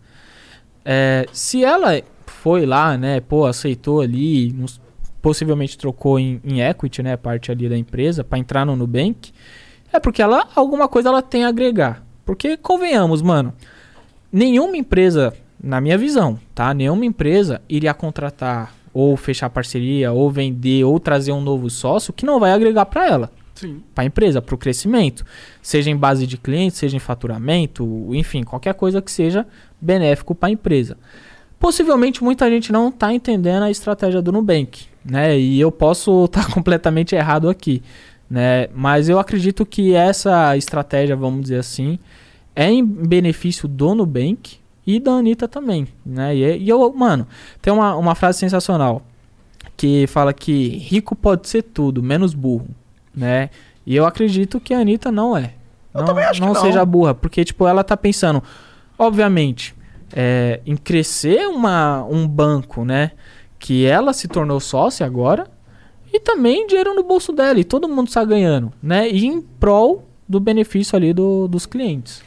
Se ela foi lá, né, pô, aceitou ali, possivelmente trocou em equity, né, parte ali da empresa para entrar no Nubank, porque alguma coisa ela tem a agregar. Porque convenhamos, mano, nenhuma empresa, na minha visão, tá, nenhuma empresa iria contratar ou fechar parceria, ou vender, ou trazer um novo sócio que não vai agregar para ela. Sim. Para a empresa, para o crescimento, seja em base de clientes, seja em faturamento, enfim, qualquer coisa que seja benéfico para a empresa. Possivelmente muita gente não está entendendo a estratégia do Nubank, né? E eu posso estar completamente errado aqui, né? Mas eu acredito que essa estratégia, vamos dizer assim, é em benefício do Nubank e da Anitta também, né? E eu, mano, tem uma frase sensacional que fala que rico pode ser tudo, menos burro, né? E eu acredito que a Anitta não é. Eu também acho que não seja burra, porque, tipo, ela tá pensando, obviamente, em crescer um banco, né? Que ela se tornou sócia agora, e também dinheiro no bolso dela, e todo mundo está ganhando, né? E em prol do benefício ali dos clientes.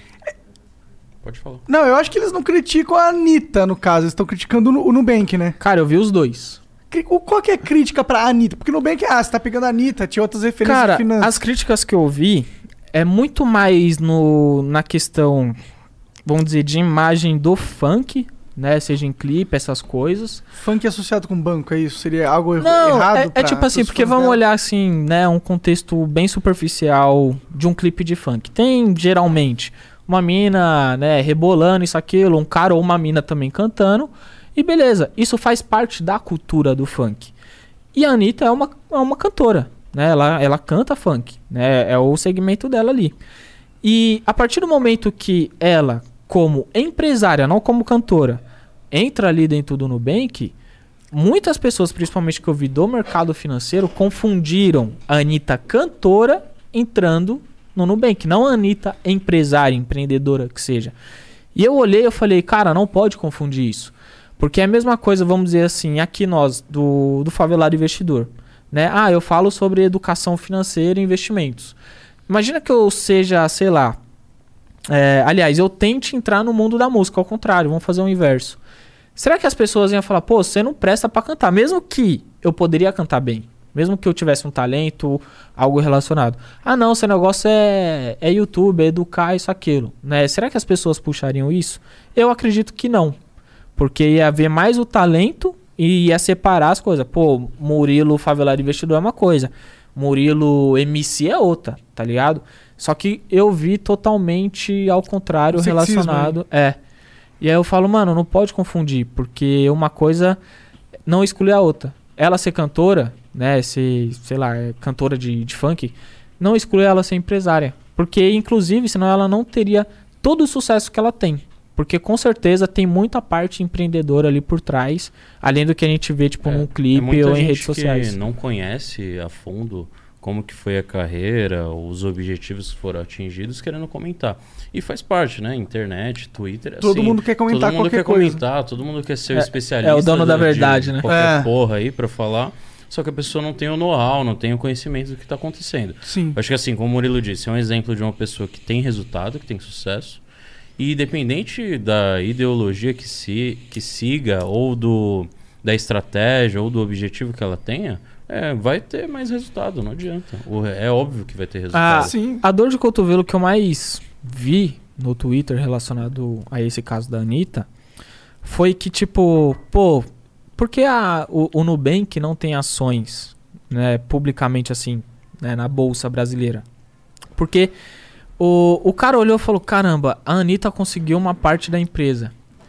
Pode falar. Não, eu acho que eles não criticam a Anitta, no caso. Eles estão criticando o Nubank, né? Cara, eu vi os dois. Qual que é a crítica pra Anitta? Porque o Nubank você tá pegando a Anitta, tinha outras referências de finanças. As críticas que eu vi é muito mais na questão, vamos dizer, de imagem do funk, né? Seja em clipe, essas coisas. Funk associado com banco, é isso? Seria algo não, errado? É tipo assim, porque vamos olhar assim, né? Um contexto bem superficial de um clipe de funk. Tem, geralmente, uma mina, né, rebolando isso, aquilo, um cara ou uma mina também cantando, e beleza, isso faz parte da cultura do funk. E a Anitta é uma cantora, né, ela canta funk, né, é o segmento dela ali. E a partir do momento que ela, como empresária, não como cantora, entra ali dentro do Nubank, muitas pessoas, principalmente que eu vi do mercado financeiro, confundiram a Anitta cantora entrando no Nubank, não a Anitta empresária, empreendedora que seja. E eu olhei e falei, cara, não pode confundir isso. Porque é a mesma coisa, vamos dizer assim, aqui nós, do Favelado Investidor, né? Eu falo sobre educação financeira e investimentos. Imagina que eu seja, sei lá, aliás, eu tente entrar no mundo da música, ao contrário, vamos fazer o inverso. Será que as pessoas iam falar, pô, você não presta pra cantar, mesmo que eu poderia cantar bem? Mesmo que eu tivesse um talento, algo relacionado. Não, seu negócio é YouTube, é educar, isso, aquilo, né? Será que as pessoas puxariam isso? Eu acredito que não. Porque ia haver mais o talento e ia separar as coisas. Pô, Murilo Favelado Investidor é uma coisa. Murilo MC é outra, tá ligado? Só que eu vi totalmente ao contrário, relacionado. E aí eu falo, mano, não pode confundir. Porque uma coisa não exclui a outra. Ela ser cantora, né, sei lá, cantora de funk, não exclui ela ser empresária. Porque, inclusive, senão ela não teria todo o sucesso que ela tem. Porque, com certeza, tem muita parte empreendedora ali por trás, além do que a gente vê, tipo, num clipe ou em redes sociais. Que não conhece a fundo como que foi a carreira, os objetivos que foram atingidos, querendo comentar. E faz parte, né? Internet, Twitter, todo mundo quer comentar todo mundo qualquer quer coisa. Comentar, todo mundo quer ser o especialista. É o dono da verdade, né? Qualquer porra aí pra falar. Só que a pessoa não tem o know-how, não tem o conhecimento do que tá acontecendo. Sim. Acho que assim, como o Murilo disse, é um exemplo de uma pessoa que tem resultado, que tem sucesso. E independente da ideologia que siga, ou da estratégia, ou do objetivo que ela tenha, vai ter mais resultado, não adianta. É óbvio que vai ter resultado. Sim. A dor de cotovelo que eu mais vi no Twitter relacionado a esse caso da Anitta foi que, tipo, pô, por que o Nubank não tem ações, né, publicamente assim, né, na Bolsa Brasileira? Porque o cara olhou e falou, caramba, a Anitta conseguiu uma parte da empresa.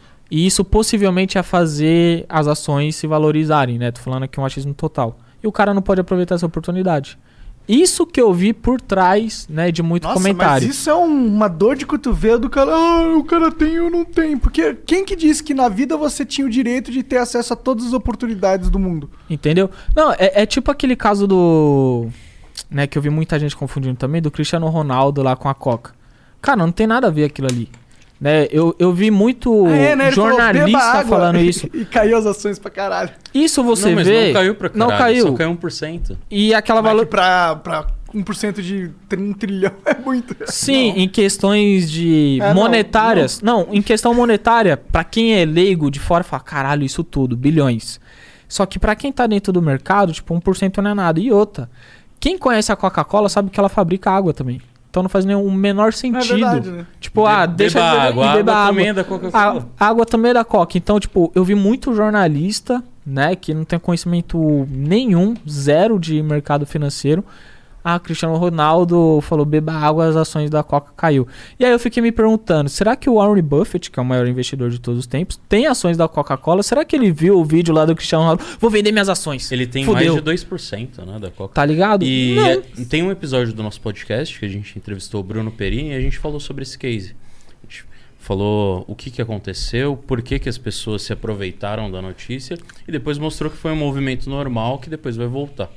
E isso possivelmente ia fazer as ações se valorizarem, né? Tô falando aqui um achismo total. E o cara não pode aproveitar essa oportunidade. Isso que eu vi por trás, né, de muito comentário. Mas isso é uma dor de cotovelo do cara. Ah, o cara tem, eu não tenho. Porque quem que disse que na vida você tinha o direito de ter acesso a todas as oportunidades do mundo? Entendeu? Não, é tipo aquele caso do... né, que eu vi muita gente confundindo também, do Cristiano Ronaldo lá com a Coca. Cara, não tem nada a ver aquilo ali. Né, eu vi muito né, jornalista falando isso. E caiu as ações pra caralho. Isso você mas vê... não caiu pra caralho, não caiu. Só caiu 1%. E aquela valor... Pra 1% de 1 trilhão é muito. Sim, não. Em questões de monetárias. Não, em questão monetária, pra quem é leigo de fora, fala, caralho, isso tudo, bilhões. Só que pra quem tá dentro do mercado, tipo, 1% não é nada. E outra, quem conhece a Coca-Cola sabe que ela fabrica água também. Então não faz nenhum menor sentido. É verdade, né? Tipo, deixa beba de água. beba água. Também é da Coca-Cola. A água também é da Coca. Então, tipo, eu vi muito jornalista, né, que não tem conhecimento nenhum, zero de mercado financeiro. Cristiano Ronaldo falou, beba água, as ações da Coca caiu. E aí eu fiquei me perguntando, será que o Warren Buffett, que é o maior investidor de todos os tempos, tem ações da Coca-Cola? Será que ele viu o vídeo lá do Cristiano Ronaldo? Vou vender minhas ações. Ele tem Fudeu. mais de 2%, né, da Coca. Tá ligado? E tem um episódio do nosso podcast que a gente entrevistou o Bruno Perini e a gente falou sobre esse case. A gente falou o que aconteceu, por que as pessoas se aproveitaram da notícia e depois mostrou que foi um movimento normal que depois vai voltar.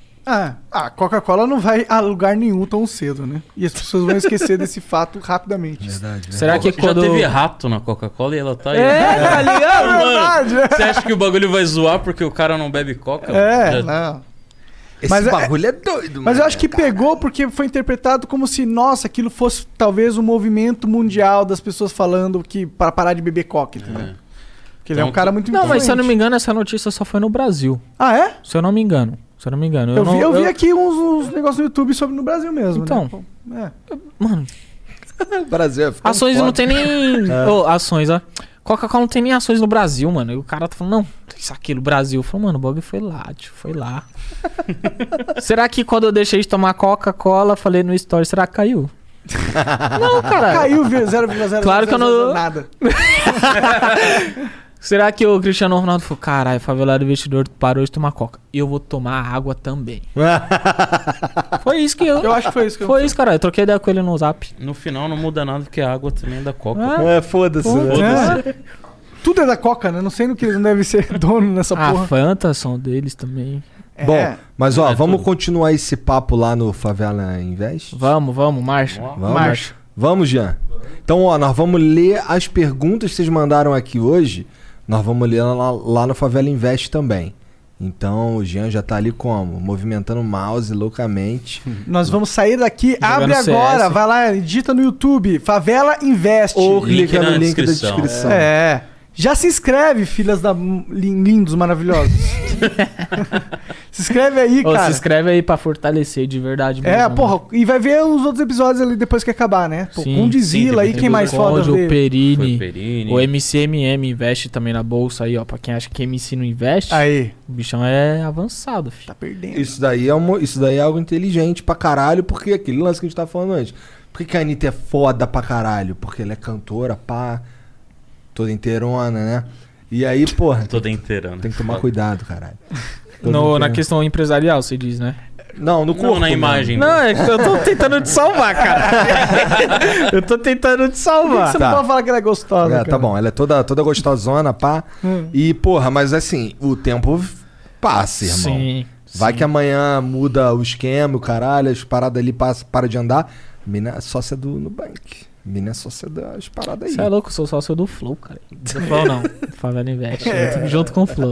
A Coca-Cola não vai a lugar nenhum tão cedo, né? E as pessoas vão esquecer desse fato rapidamente. Verdade. Será que Já teve rato na Coca-Cola e ela tá aí? tá ligado? Verdade. Você acha que o bagulho vai zoar porque o cara não bebe Coca? Não. Esse bagulho é doido, Mas eu acho que pegou porque foi interpretado como se, nossa, aquilo fosse talvez um movimento mundial das pessoas falando que para parar de beber Coca, entendeu? Porque ele é um cara muito Não, mas se eu não influente. me engano, essa notícia só foi no Brasil. Ah, é? Se eu não me engano. Eu vi aqui uns negócios no YouTube sobre no Brasil mesmo, então, né? Mano, Brasil, ações não tem nem... ações, ó. Coca-Cola não tem nem ações no Brasil, mano. E o cara tá falando, não, isso aqui no Brasil. Eu falo, mano, o bagulho foi lá, tio, foi lá. Será que quando eu deixei de tomar Coca-Cola, falei no story, será que caiu? Não, cara. Caiu 0,0. Claro que eu não... Nada. Será que o Cristiano Ronaldo falou, caralho, favelado investidor parou de tomar Coca. E eu vou tomar água também. Foi isso que eu... Eu acho que foi isso que Foi isso, cara. Eu troquei ideia com ele no Zap. No final não muda nada porque a água também é da Coca. Foda-se. Tudo é da Coca, né? Não sei no que eles não devem ser dono nessa porra. A Fanta são deles também. Bom, mas vamos continuar esse papo lá no Favela Invest? Vamos, marcha. Marcha. Vamos, Jean. Então, nós vamos ler as perguntas que vocês mandaram aqui hoje. Nós vamos ler lá no Favela Invest também. Então, o Jean já tá ali como? Movimentando o mouse loucamente. Nós vamos sair daqui. Jogando Abre CS. agora. Vai lá, digita no YouTube. Favela Invest. Ou Link clica no na link descrição. da descrição. Já se inscreve, filhas da lindos, maravilhosos. Se inscreve aí, cara. Se inscreve aí pra fortalecer de verdade mesmo. Porra, e vai ver os outros episódios ali depois que acabar, né? Pô, Sim. Condzilla aí, Sim, quem mais foda Conde, o veio? Perini, Foi Perini. o MCMM investe também na bolsa aí, ó. Pra quem acha que MC não investe, Aí, o bichão é avançado, filho. tá perdendo. Isso daí é algo inteligente pra caralho, porque aquele lance que a gente tava falando antes. Por que a Anitta é foda pra caralho? Porque ela é cantora, pá, toda inteirona, né? E aí, porra, Toda inteira, né? tem que tomar cuidado, caralho. Na questão empresarial, você diz, né? Não, no corpo. Não, na imagem. Não, é que eu tô tentando te salvar, cara. Eu tô tentando te salvar. Você não pode falar que ela é gostosa, cara. Tá bom, ela é toda gostosona, pá. E, porra, mas assim, o tempo passa, irmão. Sim. Vai que amanhã muda o esquema, o caralho, as paradas ali para de andar. A mina é sócia do Nubank. A mina é sócia das paradas aí. Você é louco, eu sou sócio do Flow, cara. Do Flow não, do Favela Invest. Junto com o Flow.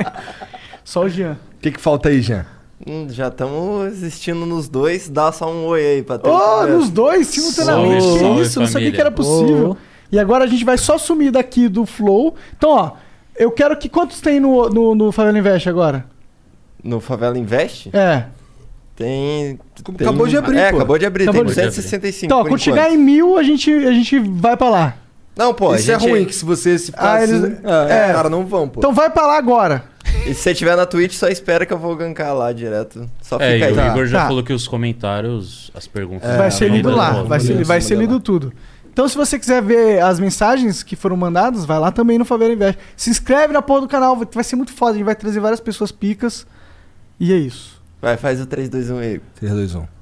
Só o Jean. O que falta aí, Jean? Já estamos existindo nos dois. Dá só um oi aí pra ter Nos dois, simultaneamente. Salve, Que salve, isso, não sabia família. que era possível. E agora a gente vai só sumir daqui do Flow. Então, ó, eu quero que... Quantos tem no Favela Invest agora? No Favela Invest? É. Acabou de abrir, pô. Acabou de abrir, Acabou tem de abrir. 165. Então, quando chegar em 1000, a gente vai pra lá. Não, pô, Isso é ruim, que se você se ficar assim, eles- os caras não vão, pô. Então vai pra lá agora. E se você tiver na Twitch, só espera que eu vou gankar lá direto. Só É, fica e aí. o Igor já Tá. falou que os comentários, as perguntas... Vai ser lido lá. vão Vai ser lido tudo. Então, se você quiser ver as mensagens que foram mandadas, vai lá também no Favela Invest. Se inscreve na porra do canal, vai ser muito foda. A gente vai trazer várias pessoas picas. E é isso. Vai, faz o 3, 2, 1 aí. 3, 2, 1.